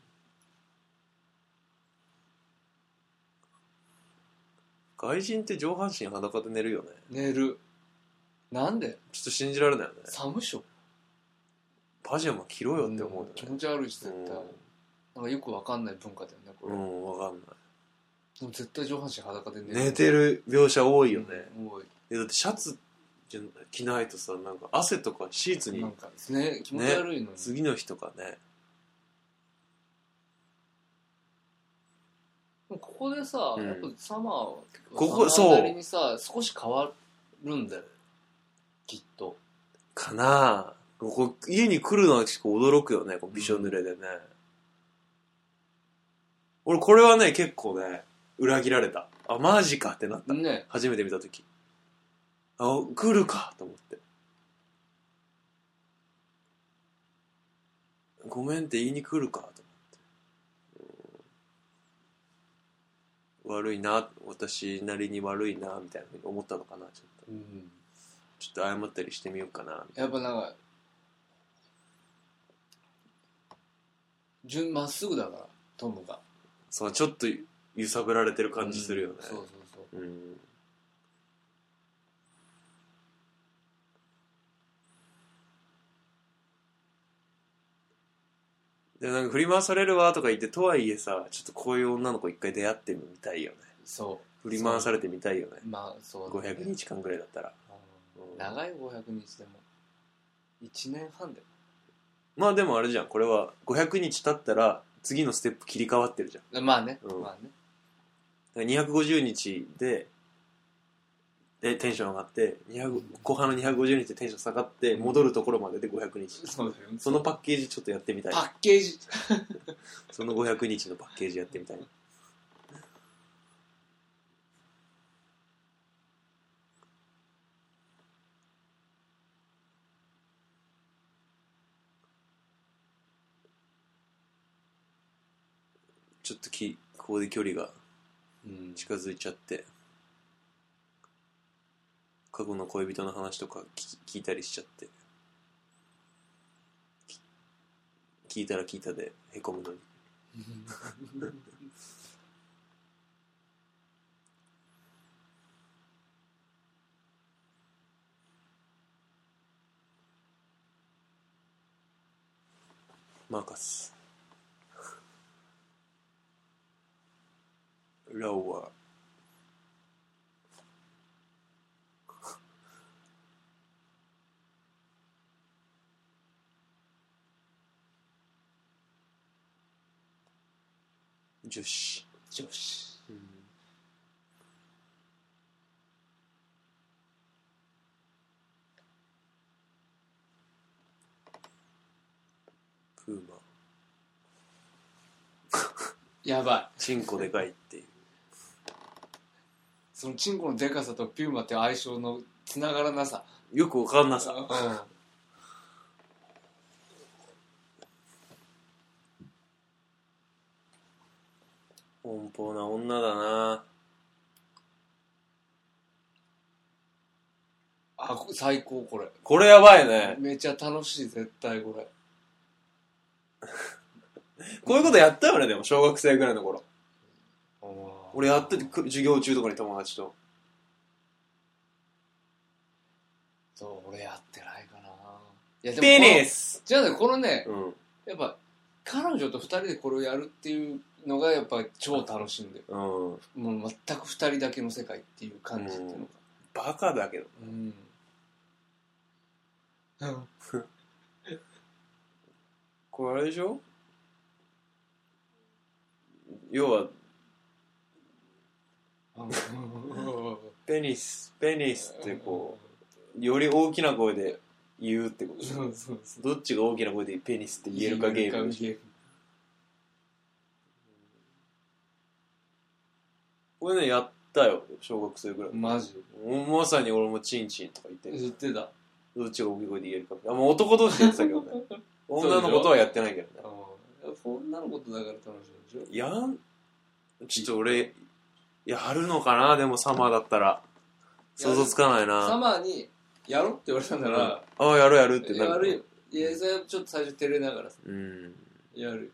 外人って上半身裸で寝るよね寝るなんでちょっと信じられないよね寒いっしょパジャマ着ろよって思うよね、 うん、気持ち悪いし絶対、うん、 なんかよくわかんない文化だよねこれ。 うんわかんない。 でも絶対上半身裸で寝る。 寝てる描写多いよね、 うん、多い。 えだってシャツじゃ着ないとさなんか汗とかシーツになんかね気持ち悪いのに、ね、 次の日とかね。 ここでさ、うん、やっぱサマーはここそうなりにさ少し変わるんだよきっとかな。ここ家に来るのは結構驚くよねこのびしょ濡れでね、うん、俺これはね結構ね裏切られた。あマジかってなった、ね、初めて見た時あ来るかと思ってごめんって言いに来るかと思って、うん、悪いな私なりに悪いなみたいなふうに思ったのかなちょっと、うん、ちょっと謝ったりしてみようかなみたいな。 やっぱなんか順まっすぐだからトムがそうちょっと揺さぶられてる感じするよね、 うん、そうそうそう、うん、 でなんか振り回されるわとか言ってとはいえさちょっとこういう女の子一回出会ってみたいよね。 そう振り回されてみたいよね。 まあそう、ね、 ごひゃくにちかんぐらいだったら、 うん、長いごひゃくにちでもいちねんはんでまあでもあれじゃんこれはごひゃくにち経ったら次のステップ切り替わってるじゃん。まあね、 うん、 まあねだからにひゃくごじゅうにちででテンション上がってにひゃく後半のにひゃくごじゅうにちでテンション下がって戻るところまででごひゃくにち、うん、 そうだよ、 そのパッケージちょっとやってみたい。 パッケージそのごひゃくにちのパッケージやってみたい。ちょっときここで距離が近づいちゃって、うん、過去の恋人の話とか聞いたりしちゃって聞いたら聞いたでへこむのにマーカスラオワ女子女子、うん、 プーマやばいチンコでかいっていうそのチンコのでかさとピューマって相性のつながらなさよくわかんなさ、うん、奔放な女だなあ最高これこれやばいねめっちゃ楽しい絶対これこういうことやったよねでも小学生ぐらいの頃俺やってて授業中とかに友達とそう俺やってないかないやでもペニスじゃあねこのね、 うん、 やっぱ彼女とふたりでこれをやるっていうのがやっぱ超楽しいんだよ、うん、もう全くふたりだけの世界っていう感じっていうのが、うん、 バカだけど、 うんこれあれでしょ要はペニスペニスってこうより大きな声で言うってことですそうそうそうどっちが大きな声でペニスって言えるかゲームでしょこれねやったよ小学生ぐらいマジまさに俺もチンチンとか言って言ってたどっちが大きい声で言えるかあもう男同士でやってたけどね女の子とはやってないけどね女の子とだから楽しいでしょやんちょっと俺やるのかなでもサマーだったら想像つかないなサマーにやろって言われたんなら、 うん、ああやるやるってなるやるよいやそれはちょっと最初照れながらさ、 うん、 やる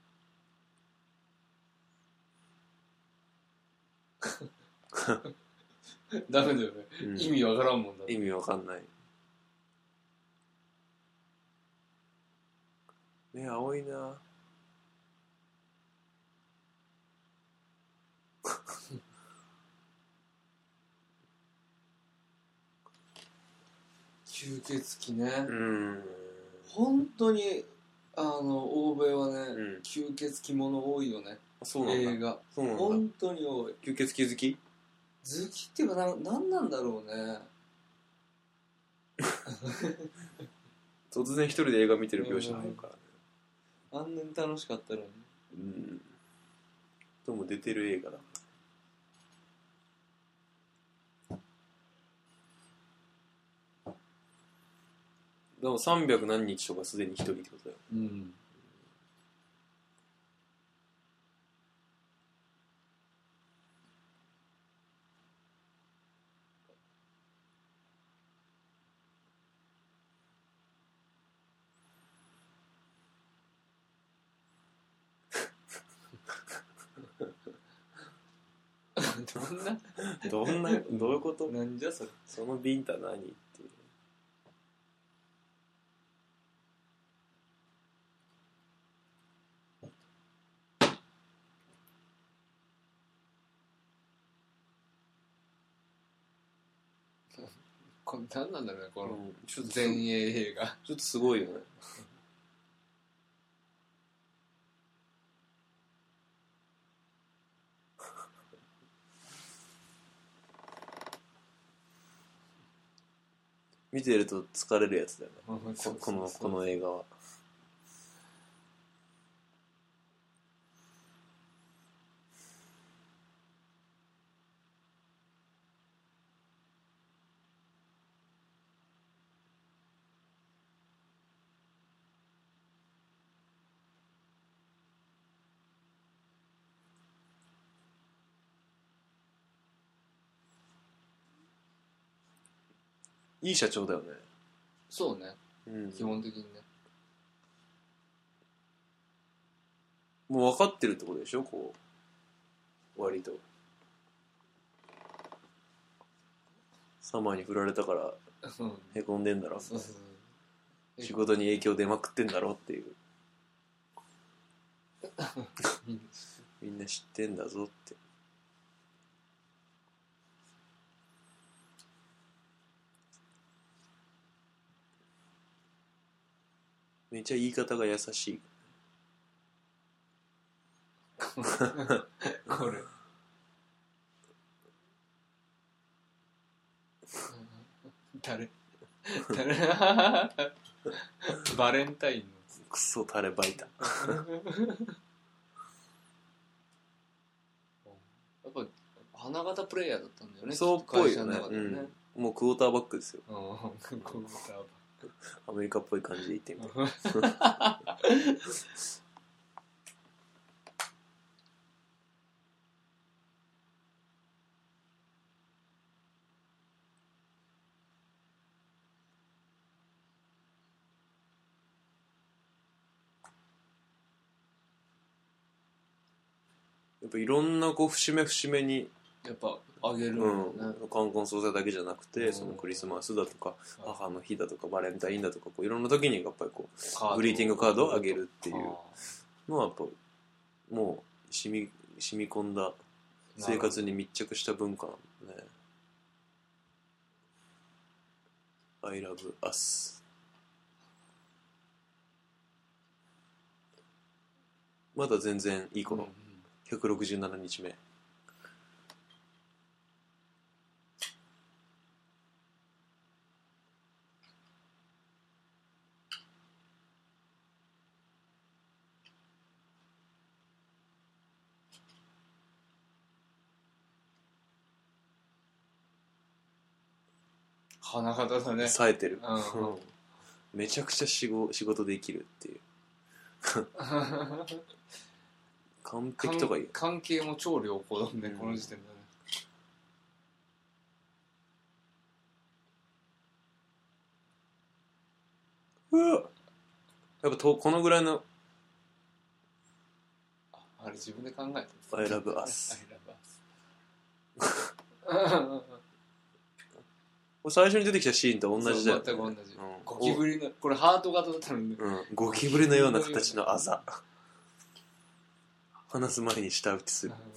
ダメだよね、うん、意味わからんもんだ意味わかんない目青いな吸血鬼ね。 うん。 本当にあの欧米はね、 うん、 吸血鬼もの多いよね。 そうなんだ。 映画。 そうなんだ。 本当に多い。 吸血鬼好き？ 好きっていうかな、なんなんだろうね。 突然一人で映画見てる描写あるからね。 あんなに楽しかったのに。 うん。でも出てる映画だ。でもさんびゃく何日とかすでに一人ってことだよ。 うん。どんなどんなどういうこと？ なんじゃそれ。 そのビンタ何っていう。 これ何なんだろうね、この、 うん、ちょっと前衛映画。 ちょっとすごいよね。見てると疲れるやつだよね。こ, このこの映画は。いい社長だよね。 そうね、 うん、 基本的にね。 もう分かってるってことでしょ、こう割とサマーに振られたからへこんでんだろ、そうそうそう、仕事に影響出まくってんだろっていうみんな知ってんだぞって。めっちゃ言い方が優しい。 これ誰誰バレンタインのクソタレバイタ。やっぱ花形プレイヤーだったんだよね。 そうっぽいよね。 会社の中でね、 うん、もうクォーターバックですよ。 クォーターバック。 アメリカっぽい感じで言ってみて。やっぱいろんなこう節目節目にやっぱあげるんだよね、 うん、冠婚葬祭だけじゃなくて、そのクリスマスだとか母の日だとかバレンタインだとか、こういろんな時にやっぱりこうグリーティングカードをあげるっていうのはやっぱもう染み染み込んだ生活に密着した文化なんだね。 I love us。 まだ全然いい頃、うん、ひゃくろくじゅうななにちめ。 花形だね。 冴えてる、 うん、 めちゃくちゃ仕事、仕事できるっていう完璧とか言う。 関係も超良好だね、うん、この時点でね。 うわ、やっぱとこのぐらいのあれ自分で考えた。 I love us。 最初に出てきたシーンと同じだよね。 全く同じ、うん、ゴキブリのこれハート型だったのに、 うん、ゴキブリのような形のあざ話す前に舌打ちする、うん、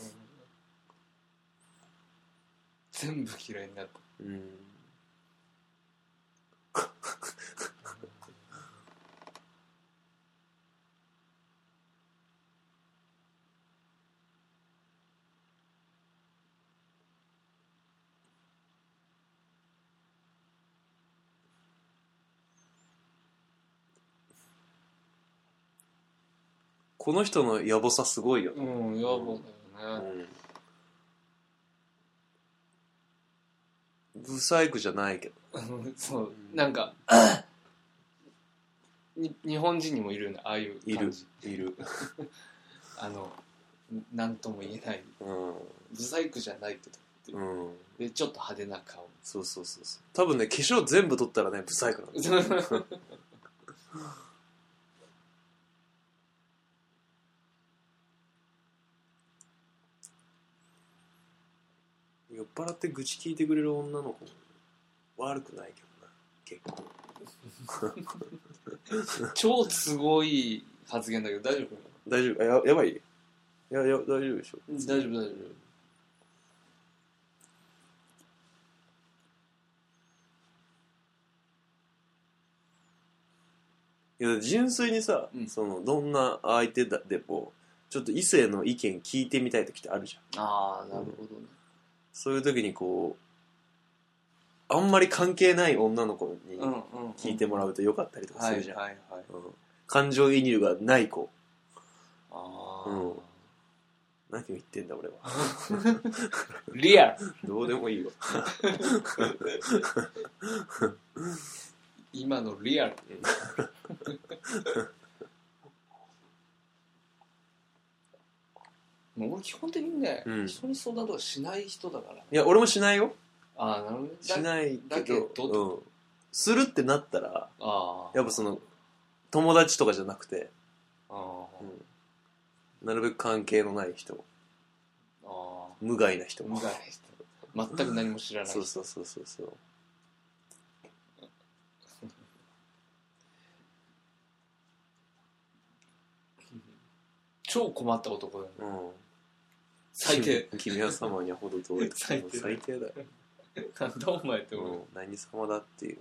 全部嫌いになった。 うん、 この人の野暮さすごいよね。 うん、野暮だよね。 うん。ブサイクじゃないけど。 そう、なんかに日本人にもいるよね、ああいう感じ。 いる、いる。 あの、なんとも言えない。うん。ブサイクじゃないけど。うん。で、ちょっと派手な顔。 そうそうそうそう。多分ね、化粧全部取ったらね、ブサイクなんですよ。酔っ払って愚痴聞いてくれる女の子悪くないけどな、結構。 超すごい発言だけど大丈夫？ 大丈夫。や, やばい。いやいや大丈夫でしょ。 大丈夫大丈夫。 いや純粋にさ、うん、そのどんな相手だでもちょっと異性の意見聞いてみたい時ってあるじゃん。 ああ、なるほどね、うん。そういう時にこうあんまり関係ない女の子に聞いてもらうとよかったりとかするじゃん。感情移入がない子。ああ、うん。何を言ってんだ俺は。 リアル。 どうでもいいわ。 今のリアル。もう俺基本的にね、うん、人に相談とかしない人だから、ね。 いや俺もしないよ。 ああ、なるほどね。 しないけど、だけど、うん、するってなったら、あやっぱその友達とかじゃなくて、あ、うん、なるべく関係のない人、あ無害な人、 無害な人、全く何も知らない人。 そうそうそうそうそう。 超困った男だよね。うん、最低。 君は様にはほど遠い。最低最低だよ。 なんだお前って思う、うん、 何様だっていう。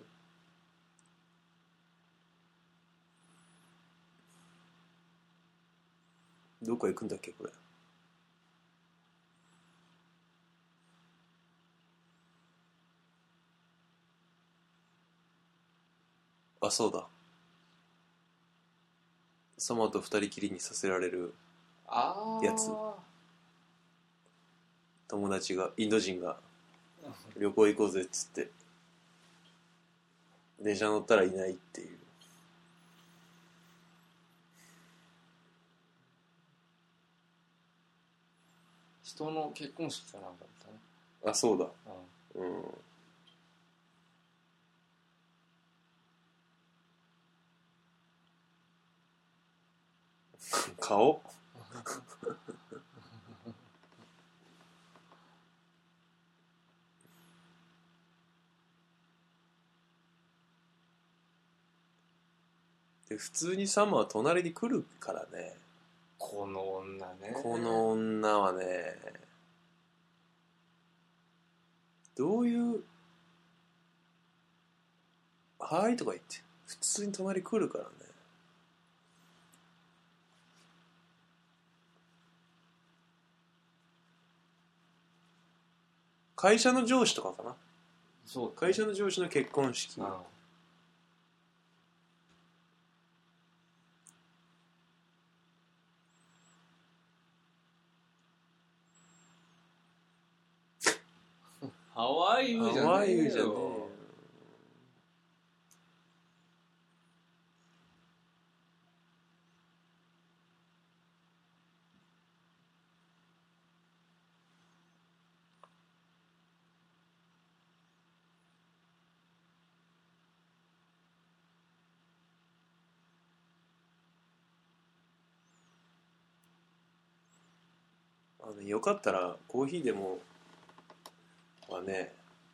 どこ行くんだっけこれ。あ、そうだ。様と二人きりにさせられるやつ。友達がインド人が旅行行こうぜっつって電車乗ったらいないっていう。 人の結婚式かなんかだったね。 あ、そうだ。うん、うん。顔で普通にサマーは隣に来るからね。 この女ね。 この女はね、どういうはいとか言って普通に隣来るからね。会社の上司とかかな。そう、会社の上司の結婚式。ああハワイユーじゃねえよ。ハワイユーじゃねえよ。 あのよかったらコーヒーでもはね、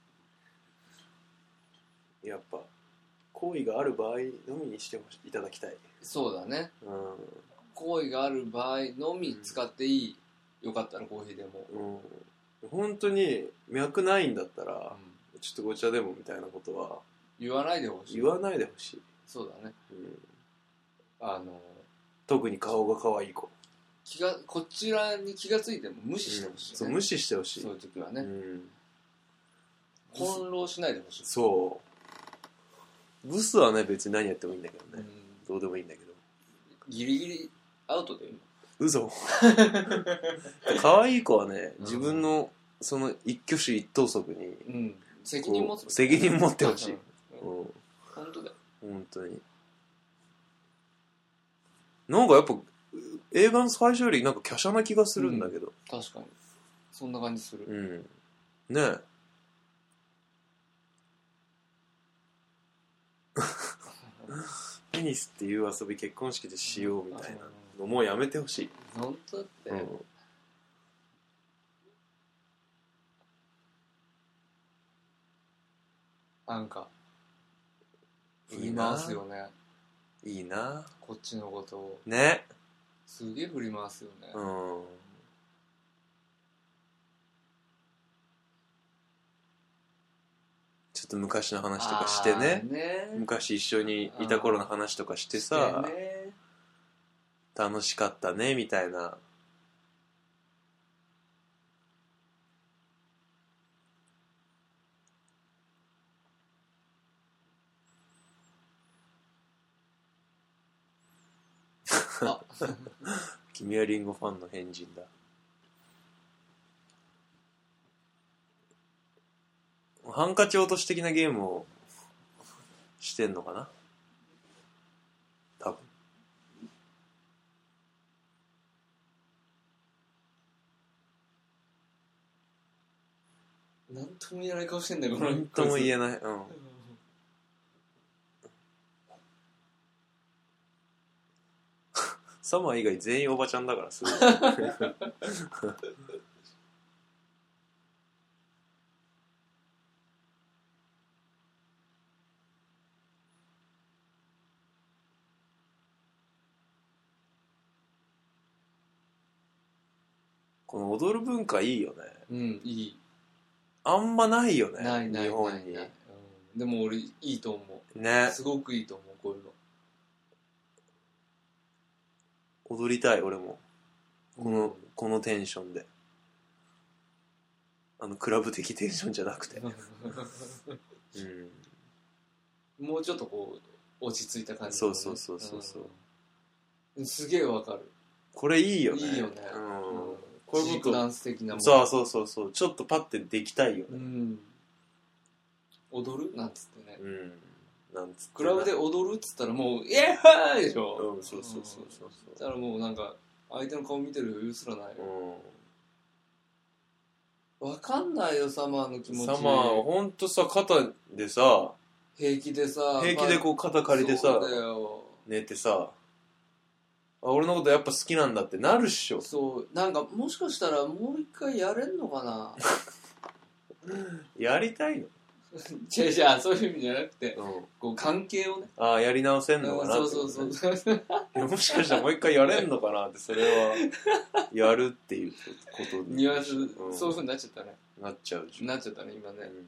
やっぱ好意がある場合のみにしてほしいただきたい。 そうだね、うん、好意がある場合のみ使っていい、うん、よかったらコーヒーでも、 うん、本当に脈ないんだったら、うん、ちょっとお茶でもみたいなことは言わないでほしい。 言わないでほしい。 そうだね、 うん、 あの特に顔が可愛い子気がこちらに気がついても無視してほしい、ね、 うん、そう無視してほしい。 そういう時はね、うん、 翻弄しないでほしい。 そうブスはね別に何やってもいいんだけどね、うん、どうでもいいんだけどギリギリアウトでいいの？ 嘘可愛い子はね自分のその一挙手一投足に、 うん、責任持つ責任持ってほしい、うん、 本当だよ本当に。なんかやっぱ映画の最初よりなんか華奢な気がするんだけど、 うん、確かにそんな感じする。 うんねえペニスっていう遊び結婚式でしようみたいなのもうやめてほしい。 本当だって、うん、なんか振り回すよね。 いいなこっちのことをね。 すげえ振り回すよね。うんちょっと昔の話とかしてね、ね昔一緒にいた頃の話とかしてさしてね、楽しかったねみたいな。君はリンゴファンの変人だ。ハンカチ落とし的なゲームをしてんのかな多分。 なんとも言えない顔してんだよこの。 なんとも言えない。うん。サマー以外全員おばちゃんだからすごい。この踊る文化いいよね。 うんいい。 あんまないよね。 ないない日本に。 ないない、うん、でも俺いいと思う。 ね。 すごくいいと思うこういうの。 踊りたい俺もこの、うん、このテンションで、あのクラブ的テンションじゃなくて、 うん、もうちょっとこう落ち着いた感じ、 ね、そうそうそうそうそう、 うん、すげえわかる。 これいいよね。 いいよね、うん、こういうことダンス的なもの。 そうそうそうそうちょっとパッてできたいよね、うん、 踊るなんつってね、 うんなんつってクラブで踊るっつったらもうイエーハーでしょ、 うん、そうそうそうそうそうだからもうなんか相手の顔見てる余裕すらないよ、うん、分かんないよサマーの気持ち。 サマーほんとさ肩でさ平気でさ平気でこう肩借りてさ、まあ、寝てさあ俺のことやっぱ好きなんだってなるっしょ。 そうなんかもしかしたらもう一回やれんのかなやりたいの違う違うそういう意味じゃなくて、うん、こう関係をねああやり直せんのかなって、ね、 そうそうそうそういやもしかしたらもう一回やれんのかなってそれはやるっていうことニュアンス、うん、そういう風になっちゃったね。 なっちゃうじゃんなっちゃったね今ね、うんうん、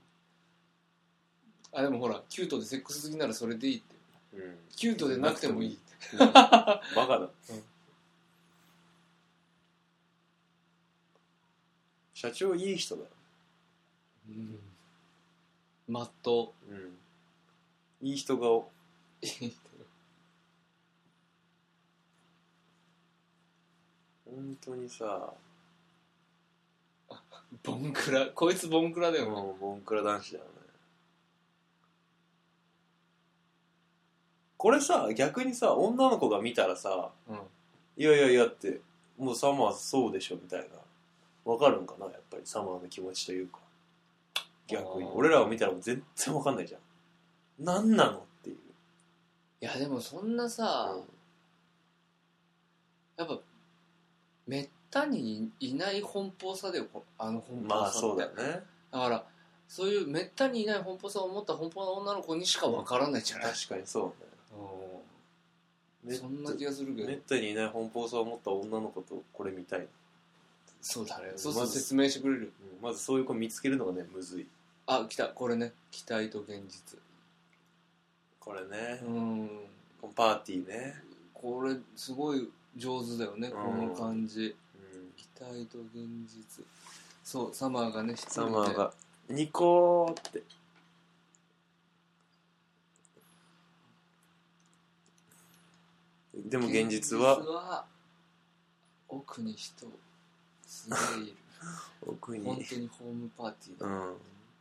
あでもほらキュートでセックス好きならそれでいいって、うん、キュートでなくてもいいってバカだ、うん、社長いい人だよ、 うんマット、 うん、いい人顔いい人本当にさボンクラこいつボンクラだよね、 うん、ボンクラ男子だよね。これさ逆にさ女の子が見たらさ、うん、いやいやいやってもうサマーそうでしょみたいなわかるんかなやっぱりサマーの気持ちというか逆に俺らを見たらもう全然わかんないじゃん何なのっていう。 いやでもそんなさ、うん、やっぱめったにいない奔放さだよあの奔放さって。 まあそうだよね。 だからそういうめったにいない奔放さを持った奔放な女の子にしかわからないじゃない。 確かにそうだね。そんな気がするけどめったにいない奔放さを持った女の子とこれ見たい。 そうだね。そうそう説明してくれる、 うん、まずそういう子見つけるのがねむずい。 あ来たこれね期待と現実これね、 うん、 このパーティーね、 これすごい上手だよね、この感じ、うん、期待と現実。そう、サマーがね、 サマーがニコーってでも現実は、 現実は奥に人すげえいる奥に本当にホームパーティーだ、うん、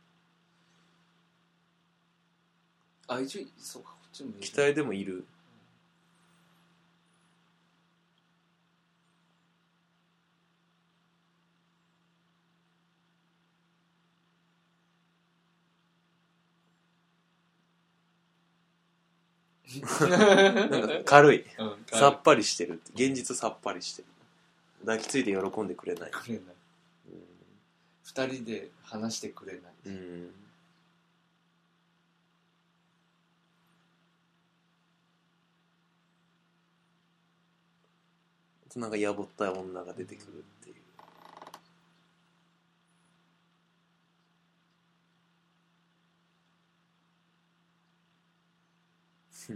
あ、一応そうか、こっちもいる。 期待でもいる、なんか軽い、うん、軽い、さっぱりしてる、現実さっぱりしてる、抱きついて喜んでくれない、くれない、 うん、二人で話してくれない、うん、 なんかやぼったい女が出てくるっていう、うん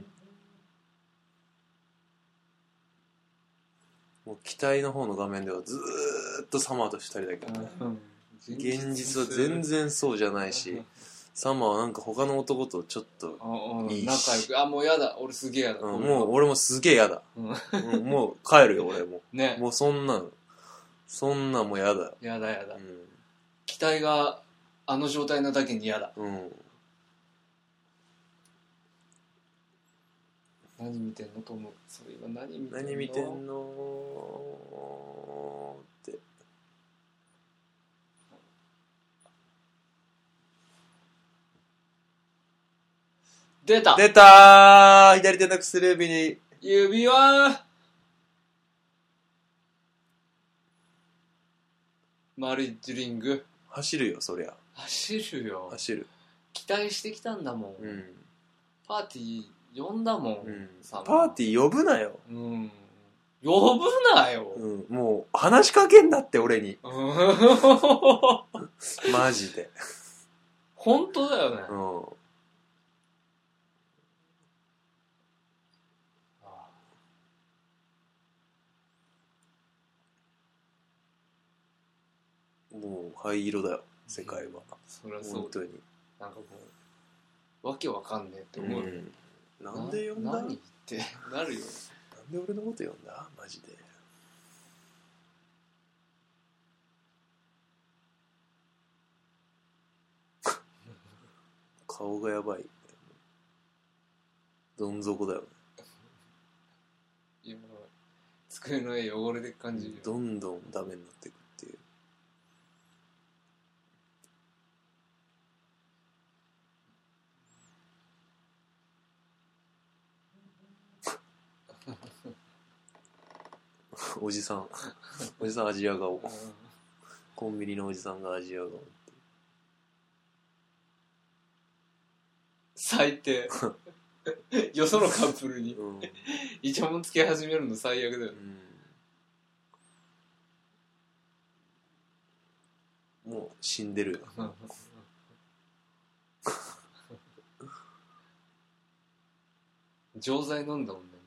もう機体の方の画面ではずーっとサマーとふたりだけどね、うん、現実は全然そうじゃないし、サマーはなんか他の男とちょっといいし、 仲良く、あ、もうやだ、俺すげえやだ、 うん、もう俺もすげえやだ、うん、もう帰るよ俺も、ね、もうそんなんそんなんもうやだやだやだ、うん、機体があの状態なだけにやだ、うん、何見てんのと思う。それ今何見てんの何見てんのって出た出たー、左手の薬指に指輪丸いリング。 走るよそりゃ、 走るよ、 走る、 期待してきたんだもん、うん、パーティー呼んだもん、うん、 パーティー呼ぶなよ、うん、 呼ぶなよ、 うん、もう話しかけんなって俺にマジで本当だよね、うん、 もう灰色だよ世界は、 そりゃそう、本当になんかもうわけわかんねえって思う、うん、 なんで呼んだ何ってなるよなんで俺のこと呼んだマジで顔がやばい、どん底だよね、 今机の絵汚れてく感じ、 どんどんダメになっていくっていうおじさんおじさんアジア顔、コンビニのおじさんがアジア顔って、 最低よそのカップルに、うん、イチャモンつけ始めるの最悪だよ、 うん、もう死んでるよ錠剤飲んだもんね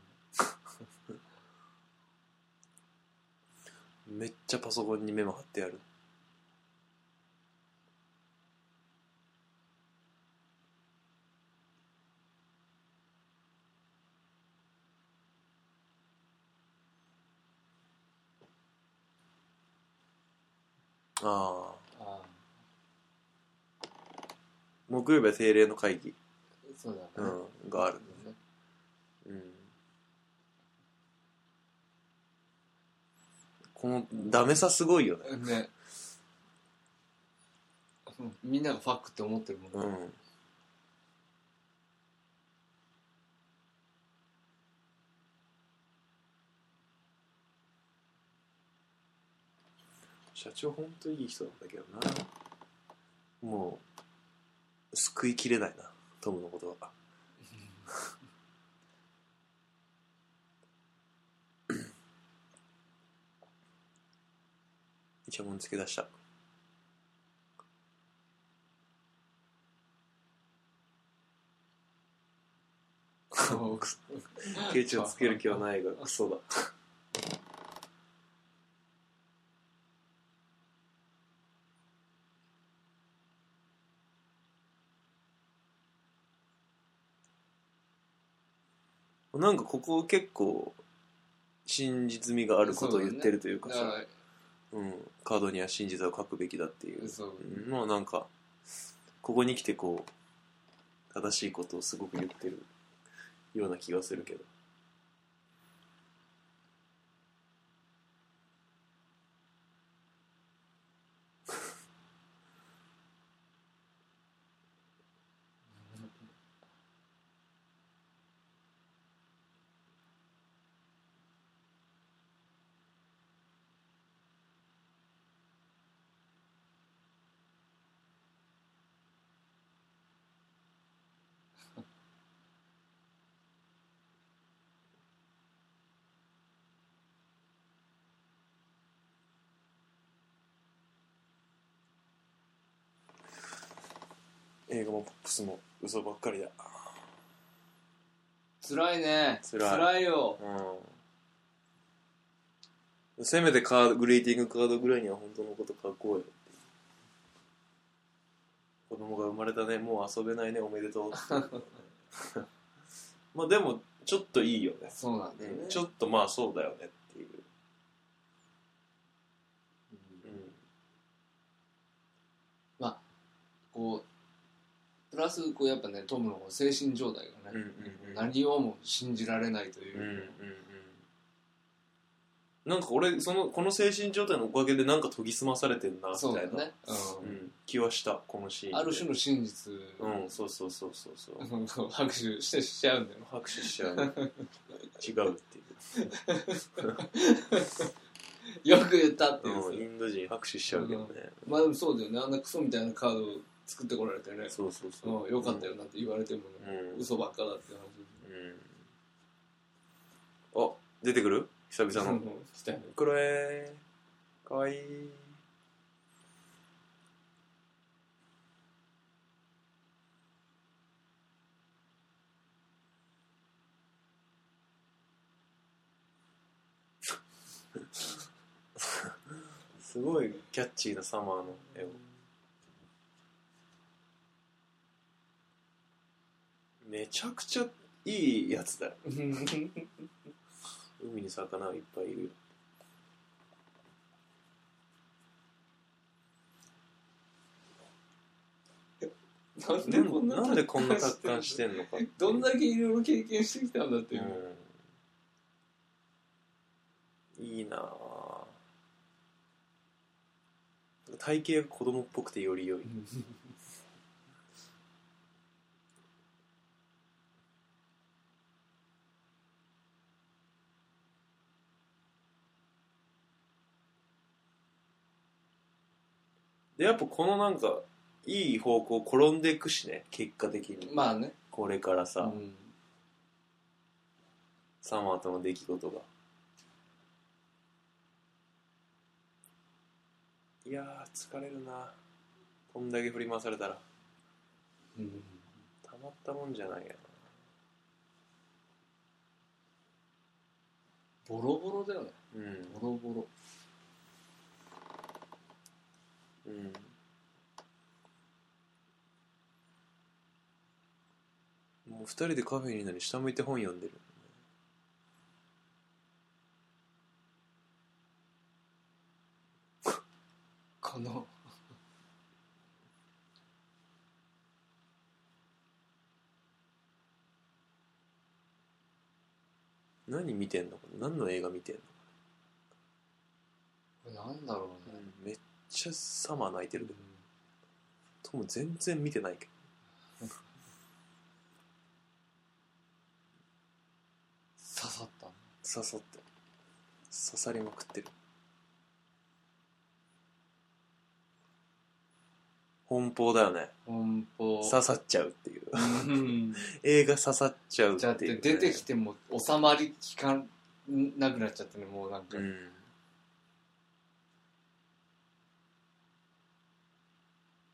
めっちゃパソコンにメモ貼ってやる、ああ、木曜日は定例の会議、 そうだね、 うん、があるんだね、うん、このダメさすごいよね、ね、 みんながファックって思ってるもんね、うん、 社長ほんといい人なんだけどな、もう救いきれないなトムのことはイチャモンつけ出した、 ケチをつける気はないがクソだ。なんかここ結構真実味があることを言ってるというかさ、う、ね、うん、カードには真実を書くべきだっていう、そう、うん、まあなんかここに来てこう正しいことをすごく言ってるような気がするけど。映画もポップスも嘘ばっかりだ。 辛いね。 辛い。 辛いよ。 うん。せめてカード、グレーティングカードぐらいには本当のこと書こうよ。子供が生まれたね、もう遊べないね、おめでとう。まあでも、ちょっといいよね。 そうなんだよね。 うん、ちょっとまあそうだよねっていう。 うん。うん、まあ、こう、プラスこうやっぱね、トムの精神状態がね、うんうんうん、何をも信じられないという、うんうんうん、 なんか俺そのこの精神状態のおかげでなんか研ぎ澄まされてんなみたいな、ね、うんうん、気はしたこのシーンで。 ある種の真実、 うん、そうそうそうそうそう拍手してしちゃうんだよ。 拍手しちゃう違うっていうよく言ったっていう、 うん、インド人拍手しちゃうけどね、 うん、まあでもそうだよね、あんなクソみたいなカードを作ってこられてね、 そうそうそう、 うん、よかったよなんて言われてもね、うん、嘘ばっかだって話、 うん、あ、出てくる久々のクロエーかわいい。すごいキャッチーなサマーの絵を。めちゃくちゃいいやつだよ。海に魚がいっぱいいる。なんでこんななんでこんな達観してんのか。 どんだけいろいろ経験してきたんだっていう、 うん、いいなぁ。体型が子供っぽくてより良い。でやっぱこのなんかいい方向転んでいくしね、結果的に。 まあね、 これからさ、うん、サマーとの出来事が。いやー疲れるな、こんだけ振り回されたら、うん、たまったもんじゃないやな。 ボロボロだよね、 うん、 ボロボロ、 うん、もう二人でカフェにいるのに下向いて本読んでる。 この何見てんの？何の映画見てんの？ これなんだろうね、 うん、めっちゃサマー泣いてるけど、うん、トム全然見てないけど刺さった、 刺さって刺さりまくってる。奔放だよね。 奔放。 刺さっちゃうっていう、うん、映画刺さっちゃうっていう、ね、 だって出てきても収まりきかなくなっちゃってね、もうなんか、うん、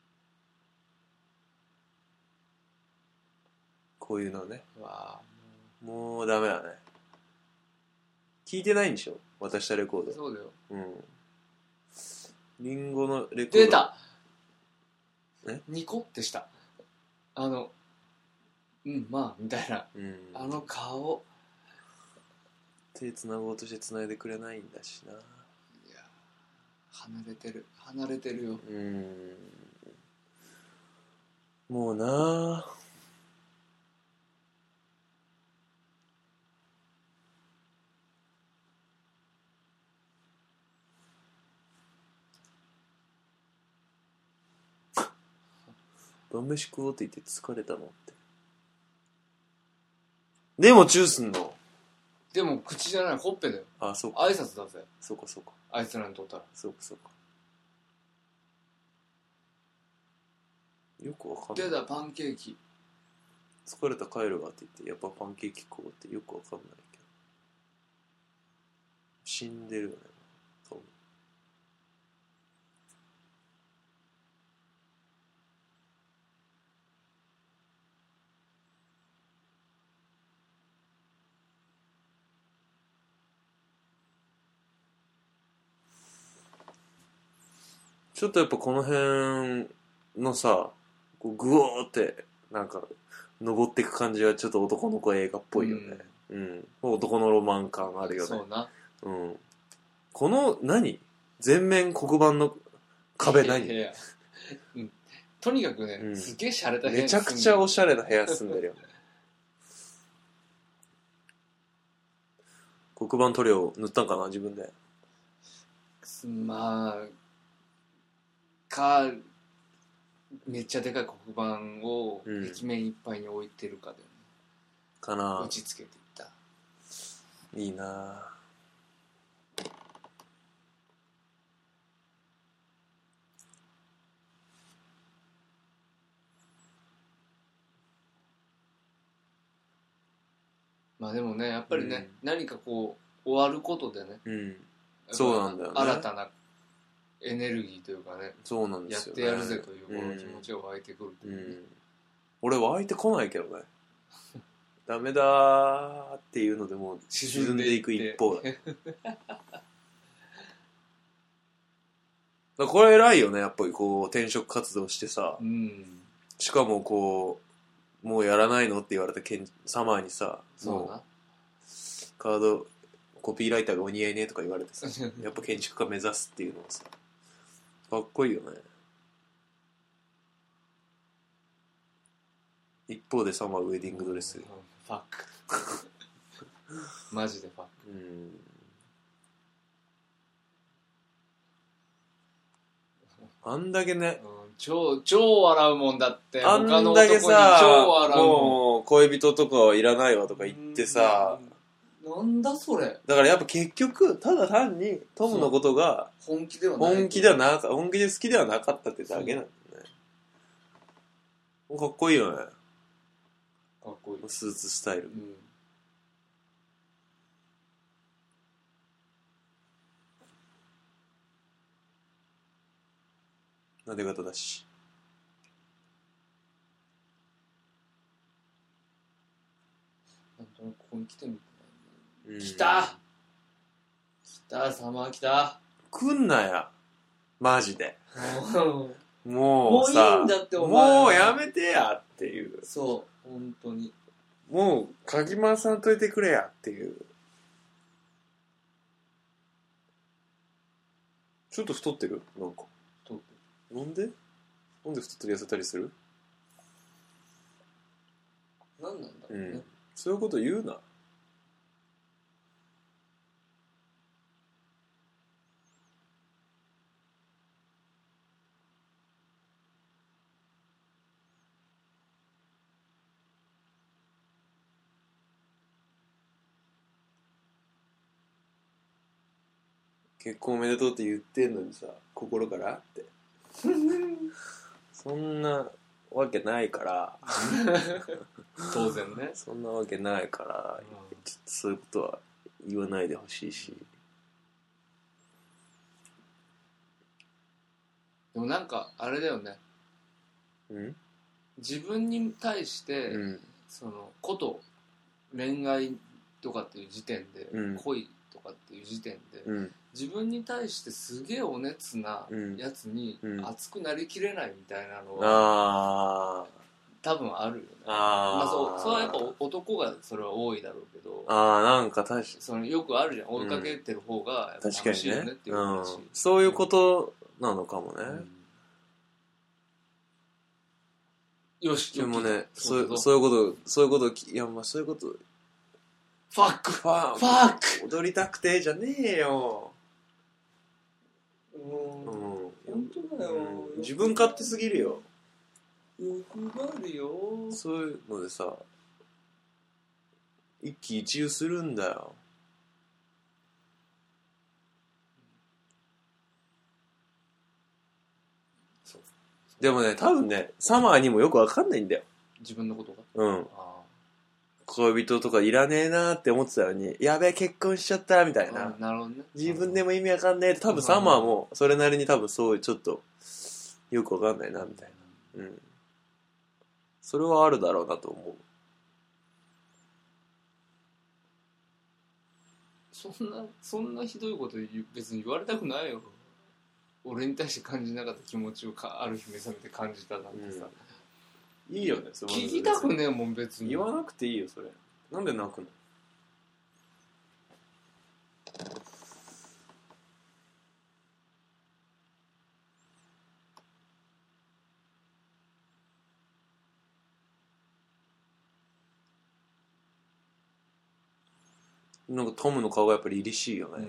こういうのね。 わもうダメだね。聞いてないんでしょ渡したレコード。 そうだよ。 うん。リンゴのレコード。 出た。 え？ ニコってした。あの、うんまあみたいな。 うん。 あの顔。 手繋ごうとして繋いでくれないんだしな。いや離れてる離れてるよ。 うん。もうなぁ。晩飯食おうって言って疲れたのって。でもチューすんの？ でも口じゃないほっぺだよ。 あ、そうか。 挨拶だぜ。 そうかそうか。 あいつらにとったら。 そうかそうか。よくわかんない。 出たパンケーキ。 疲れた帰るわって言ってやっぱパンケーキ食おうってよくわかんないけど。死んでるよね。多分。ちょっとやっぱこの辺のさ、こうグオーってなんか登っていく感じはちょっと男の子映画っぽいよね。うん。うん、男のロマン感あるよね。 そうな。 うん。この何？全面黒板の壁何？ いやいや、うん、とにかくね、うん、すげえ洒落た部屋めちゃくちゃおしゃれな部屋住んでるよね。黒板塗料塗ったんかな自分で。 まあかめっちゃでかい黒板を壁面いっぱいに置いてるかで、ね、 うん、かな。 打ち付けていった。 いいな。 まあでもねやっぱりね、うん、何かこう終わることでね、 うん、そうなんだよね。 新たなエネルギーというかね、 そうなんですよね、 やってやるぜというこの気持ちが湧いてくるという、ね、うん、 俺湧いてこないけどね。ダメだーっていうのでもう沈んでいく一方だ。だこれ偉いよねやっぱりこう転職活動してさ、うん、しかもこうもうやらないのって言われたけんサマーにさ、 そうなカードコピーライターがお似合いねとか言われてさやっぱ建築家目指すっていうのはさかっこいいよね。一方でサマーウェディングドレス、うん、 ファックマジでファック、うん、 あんだけね、 うん、超超笑うもんだってあんだけさ超笑うもう恋人とかはいらないわとか言ってさ、 なんだそれ。だからやっぱ結局ただ単にトムのことが本気ではない本気ではなか本気で好きではなかったってだけなんだね。かっこいいよね。 かっこいいスーツスタイル、うん、なで方だしなんとなくここに来てみたい、うん、来た来たサマー来た来んなやマジでもうもうさいいんだってお前もうやめてやっていう。 そう本当にもうかき回さんといてくれやっていう。ちょっと太ってるなんか太ってる。なんでなんで太ったり痩せたりする。 なんなんだろうね、うん、 そういうこと言うな。結婚おめでとうって言ってんのにさ心からってそんなわけないから当然ねそんなわけないから、うん、ちょっとそういうことは言わないでほしいし。 でもなんかあれだよね、 うん、 自分に対して、 うん、 そのこと恋愛とかっていう時点で、 うん、 恋とかっていう時点で、 うん、 自分に対してすげえお熱なやつに熱くなりきれないみたいなのは、うん、多分あるよね。あ、まあ、そう、それはやっぱ男がそれは多いだろうけど、 ああ、なんか確かにそのよくあるじゃん、追いかけてる方がやっぱ楽しいよねっていう話、 うん、そういうことなのかもね、うん、 よし、 でもね、そう、そういうことそういうこといや、まあそういうことファックファックファック踊りたくてじゃねえよ。 うん、本当だよ、 うん、自分勝手すぎるよ。 欲張るよ。 そういうのでさ、一喜一憂するんだよ。そうでもね、多分ね、サマーにもよくわかんないんだよ。 自分のことが。 うん。あ、恋人とかいらねえなーって思ってたのに、やべえ結婚しちゃったみたいな。 なるほどね。 自分でも意味わかんねえって、多分サマーもそれなりに多分そういうちょっとよくわかんないなみたいな。うん。それはあるだろうなと思う。 そんなそんなひどいこと別に言われたくないよ。俺に対して感じなかった気持ちをかある日目覚めて感じたなんてさ、 うん、いいよね。 そ聞きたくねえもん別に。 言わなくていいよそれ。なんで泣くの？なんかトムの顔がやっぱり凛々しいよね、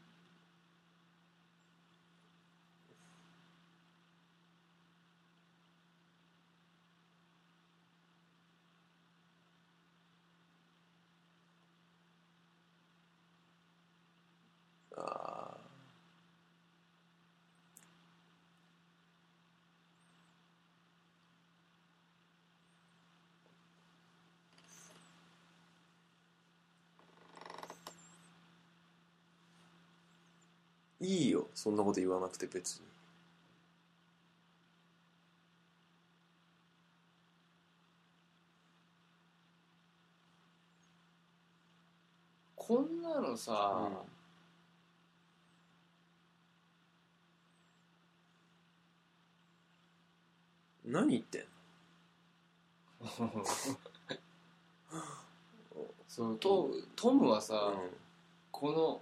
うん、ああいいよそんなこと言わなくて別に。 こんなのさ、 うん、何言ってんのそうトトムはさ、うん、この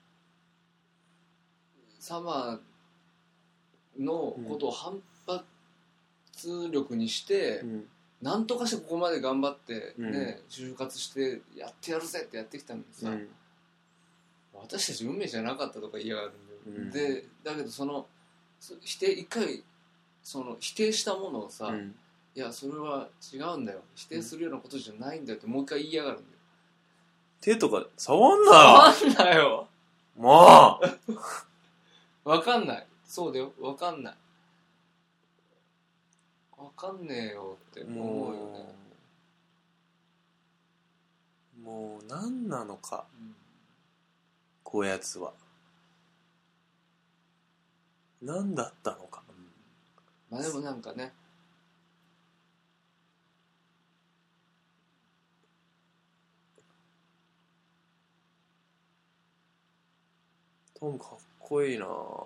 サマーのことを反発力にして、うん、なんとかしてここまで頑張ってね、うん、就活してやってやるぜってやってきたのにさ、うん、私たち運命じゃなかったとか言いやがるんだよ、うん、でだけどその否定一回その否定したものをさ、うん、いやそれは違うんだよ否定するようなことじゃないんだよってもう一回言いやがるんだよ。 手とか触んなよ触んなよもうわかんない。そうだよ。わかんない。わかんねえよって思うよね。 もう何なのか、うん、こうやつは何だったのか、 うん、まあでもなんかねトムかっこいいな。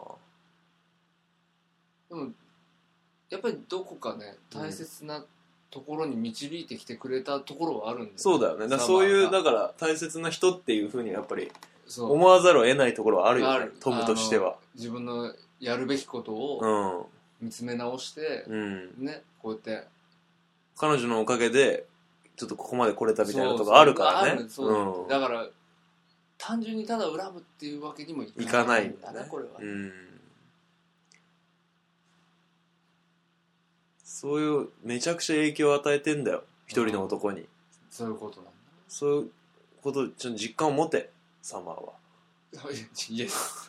でもやっぱりどこかね大切なところに導いてきてくれたところはあるんだよね、うん、 そうだよね。だそういうだから大切な人っていう風にやっぱり思わざるを得ないところはあるよね、トムとしては。 自分のやるべきことを見つめ直して、うん、ねこうやって彼女のおかげでちょっとここまで来れたみたいなとこあるからね。 そうそう、うん、だから単純にただ恨むっていうわけにもいかないんだね、これは。うん、 そういうめちゃくちゃ影響を与えてんだよ、一人の男に。 そういうことなんだ。 そういうことちょっと実感を持て、サマーは。 イエス。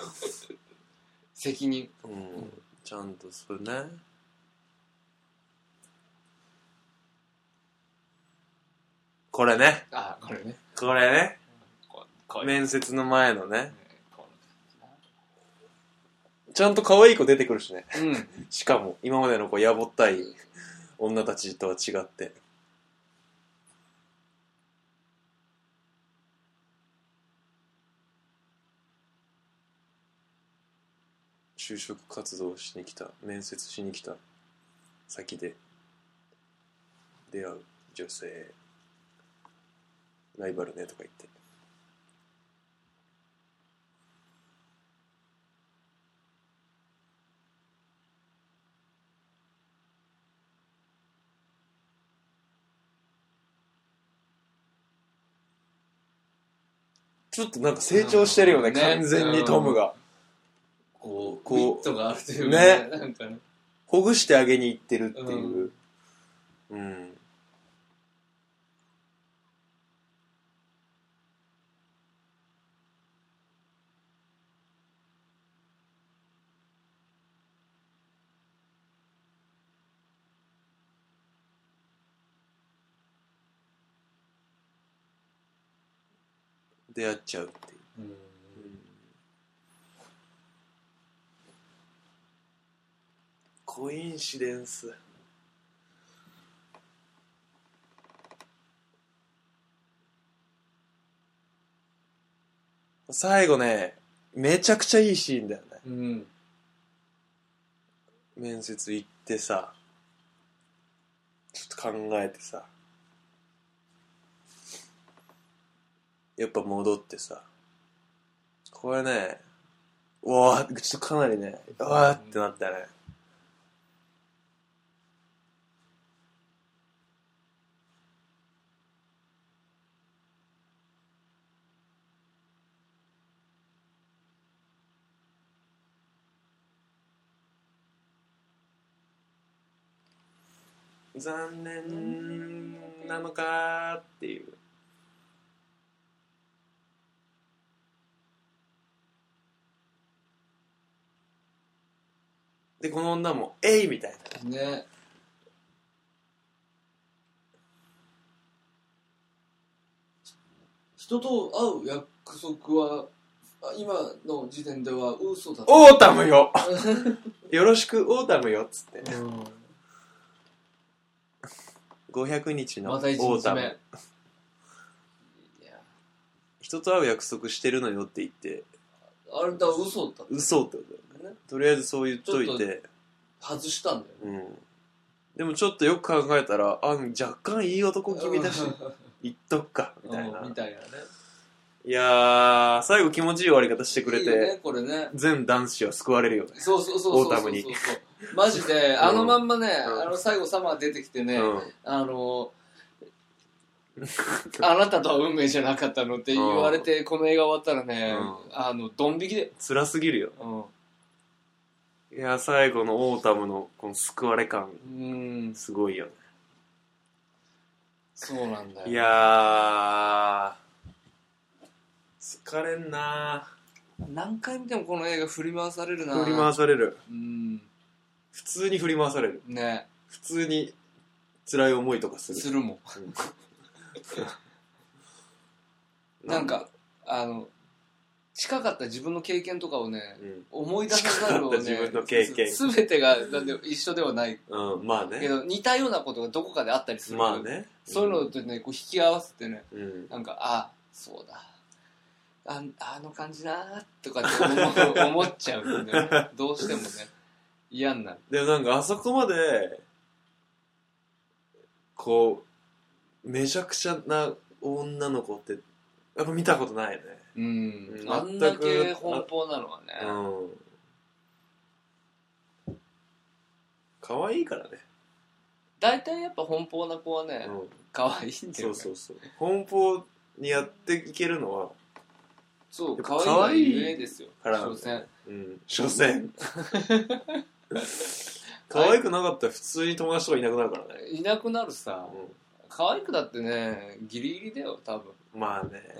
責任。 うん、ちゃんとそれね。これね。 あ、これね。 これね。面接の前のね。ちゃんと可愛い子出てくるしね、うん、しかも今までのこうやぼったい女たちとは違って就職活動しに来た面接しに来た先で出会う女性ライバルねとか言ってちょっとなんか成長してるよね、ね完全にトムが。 こう、こう、ウィットがあるというかね、なんかね。ほぐしてあげに行ってるっていう。うん。うん、出会っちゃうっていう。うんうん、コインシデンス。最後ね、めちゃくちゃいいシーンだよね。うん、面接行ってさ、ちょっと考えてさ、やっぱ戻ってさ、これね、うわー、ちょっとかなりね、うわーってなったね。残念なのかーっていう。でこの女も「えい!」みたいなね。 人と会う約束は今の時点では嘘だ。 オータムよよろしくオータムよっつって、うん、ごひゃくにちのオータム、ま、人と会う約束してるのよって言ってあれだ嘘だ嘘ってことだよね。とりあえずそう言っといて外したんだよね、 うん、でもちょっとよく考えたらあ若干いい男気味だし言っとくかみたいな、うん、みたいなね。いやー最後気持ちいい終わり方してくれていいよねこれね。全男子は救われるよね。 そうそうそうそうそうそうそうオータムにマジであのまんまね、うん、あの最後サマー出てきてね、うん、あのあなたとは運命じゃなかったのって言われて、うん、この映画終わったらね、うん、あのドン引きで辛すぎるよ、うん、いや最後のオータムのこの救われ感、うん、すごいよね。 そうなんだよ。 いやー疲れんな。 何回見てもこの映画振り回されるな。 振り回される、うん、普通に振り回されるね。普通に辛い思いとかするするもんなんかあの近かった自分の経験とかをね、うん、思い出さざるをね、 自分の経験全てがだって一緒ではない、 うん、まあね、 けど似たようなことがどこかであったりする、 まあね、 そういうのとねこう引き合わせてね、うん、なんかあそうだ あ, あの感じなとかって思, 思っちゃうんで、ね、どうしてもね嫌になる。 でもなんかあそこまでこうめちゃくちゃな女の子ってやっぱ見たことないよね。 うん、あんだけ奔放なのはね、 うん、可愛いからね。 大体やっぱ奔放な子はね、うん、可愛いんだよね。 そうそうそう。奔放にやっていけるのはそう可愛いゆえですよ。所詮。 うん。所詮。可愛くなかったら普通に友達とかいなくなるからね。 いなくなるさ。うん、可愛くだってねギリギリだよ多分。 まあね。うん、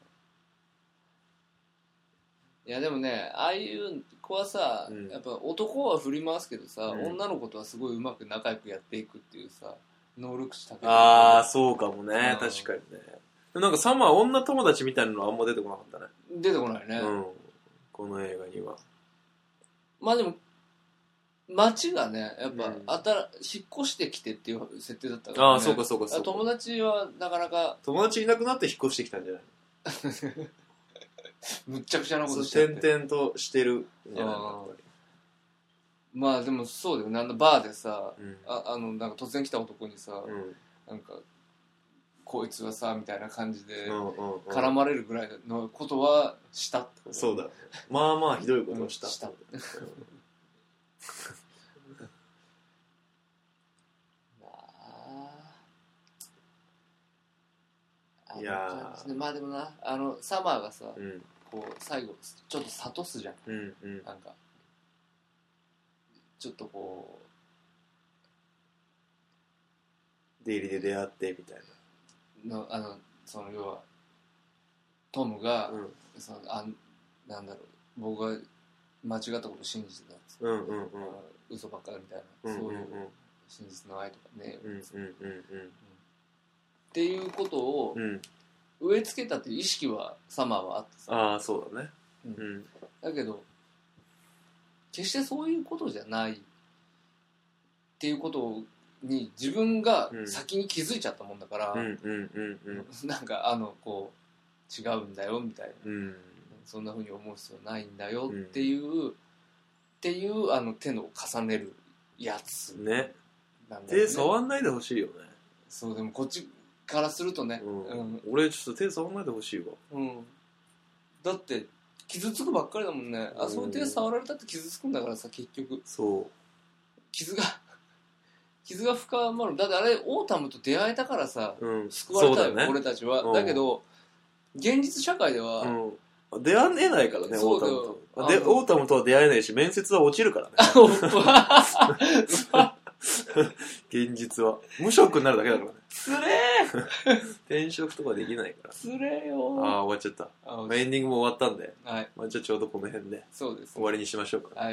いやでもねああいう子はさ、うん、やっぱ男は振り回すけどさ、うん、女の子とはすごいうまく仲良くやっていくっていうさ能力値高い。 ああそうかもね、うん、確かにね。なんかサマー女友達みたいなのはあんま出てこなかったね。 出てこないね、うん、 この映画には。 まあでも街がねやっぱ、うん、あたら引っ越してきてっていう設定だったから、ね、 ああそうかそうかそうか。 友達はなかなか友達いなくなって引っ越してきたんじゃないむっちゃくちゃなことしちゃって転々としてるんじゃないか。 まあでもそうだよね、あのバーでさ、 うん、 あ, あのなんか突然来た男にさ、 うん、 なんかこいつはさみたいな感じでうんうんうん、 絡まれるぐらいのことはしたってこと。 そうだ、まあまあひどいことをした、 うん、したいやー、まあでもな、あのサマーがさ、うん、こう最後ちょっと諭すじゃん、うんうん、なんかちょっとこう出入りで出会ってみたいなの、あのその要はトムが、うん、そのあなんだろう、僕が間違ったことを信じてたんです、うんうんうん、嘘ばっかりみたいな、うんうんうん、そういう真実の愛とかね、うんうんうんうん、っていうことを植え付けたっていう意識はサマーはあってさ、 ああそうだね、 うんうん、だけど決してそういうことじゃないっていうことに自分が先に気づいちゃったもんだから、うんうんうんうん、なんかあのこう違うんだよみたいな、うん、そんな風に思う必要ないんだよっていう、うん、っていうあの手の重ねるやつね。手触んないでほしいよね。 そうでもこっちからするとね、うんうん、俺ちょっと手触んないでほしいわ、 うん、だって傷つくばっかりだもんね、うん、あその手触られたって傷つくんだからさ結局そう傷が傷が深まる。だってあれオータムと出会えたからさ、うん、救われたよ、ね、俺たちは、うん、だけど現実社会では、 うん、出会えないからね、オータムとでオータムとは出会えないし面接は落ちるからね現実は無職になるだけだからね。 つれー転職とかできないから。 つれーよー。 ああ終わっちゃった。まあ、エンディングも終わったんで、 はい、 まあ、じゃあちょうどこの辺でそうです、ね、 終わりにしましょうか。 はい。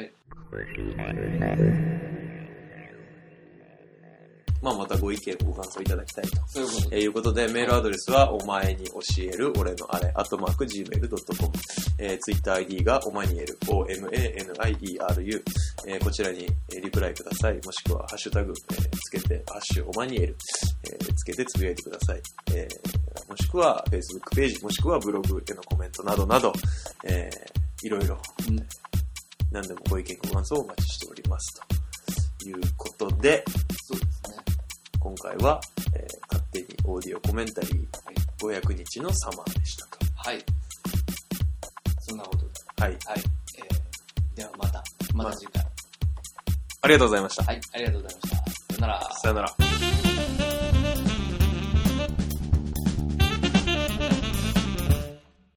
まあ、またご意見ご感想いただきたいとそういうこと、 えー、いうことで、メールアドレスはお前に教える俺のあれアットマーク ジーメールドットコム、えー、ツイッター アイディー がオマニエル オーエムエーエヌアイイーアールユー、えー、こちらにリプライください。もしくはハッシュタグ、えー、つけてハッシュオマニエル、えー、つけてつぶやいてください。えー、もしくは Facebook ページもしくはブログへのコメントなどなど、えー、いろいろ、うん、何でもご意見ご感想をお待ちしておりますということで、 そうですね、 今回は、えー、勝手にオーディオコメンタリー、はい、ごひゃくにちのサマーでしたと。 はい。そんなことで。 はい。 はい。えー、ではまた、また次回、まあ。 ありがとうございました。 はい、ありがとうございました。さよなら。 さよなら。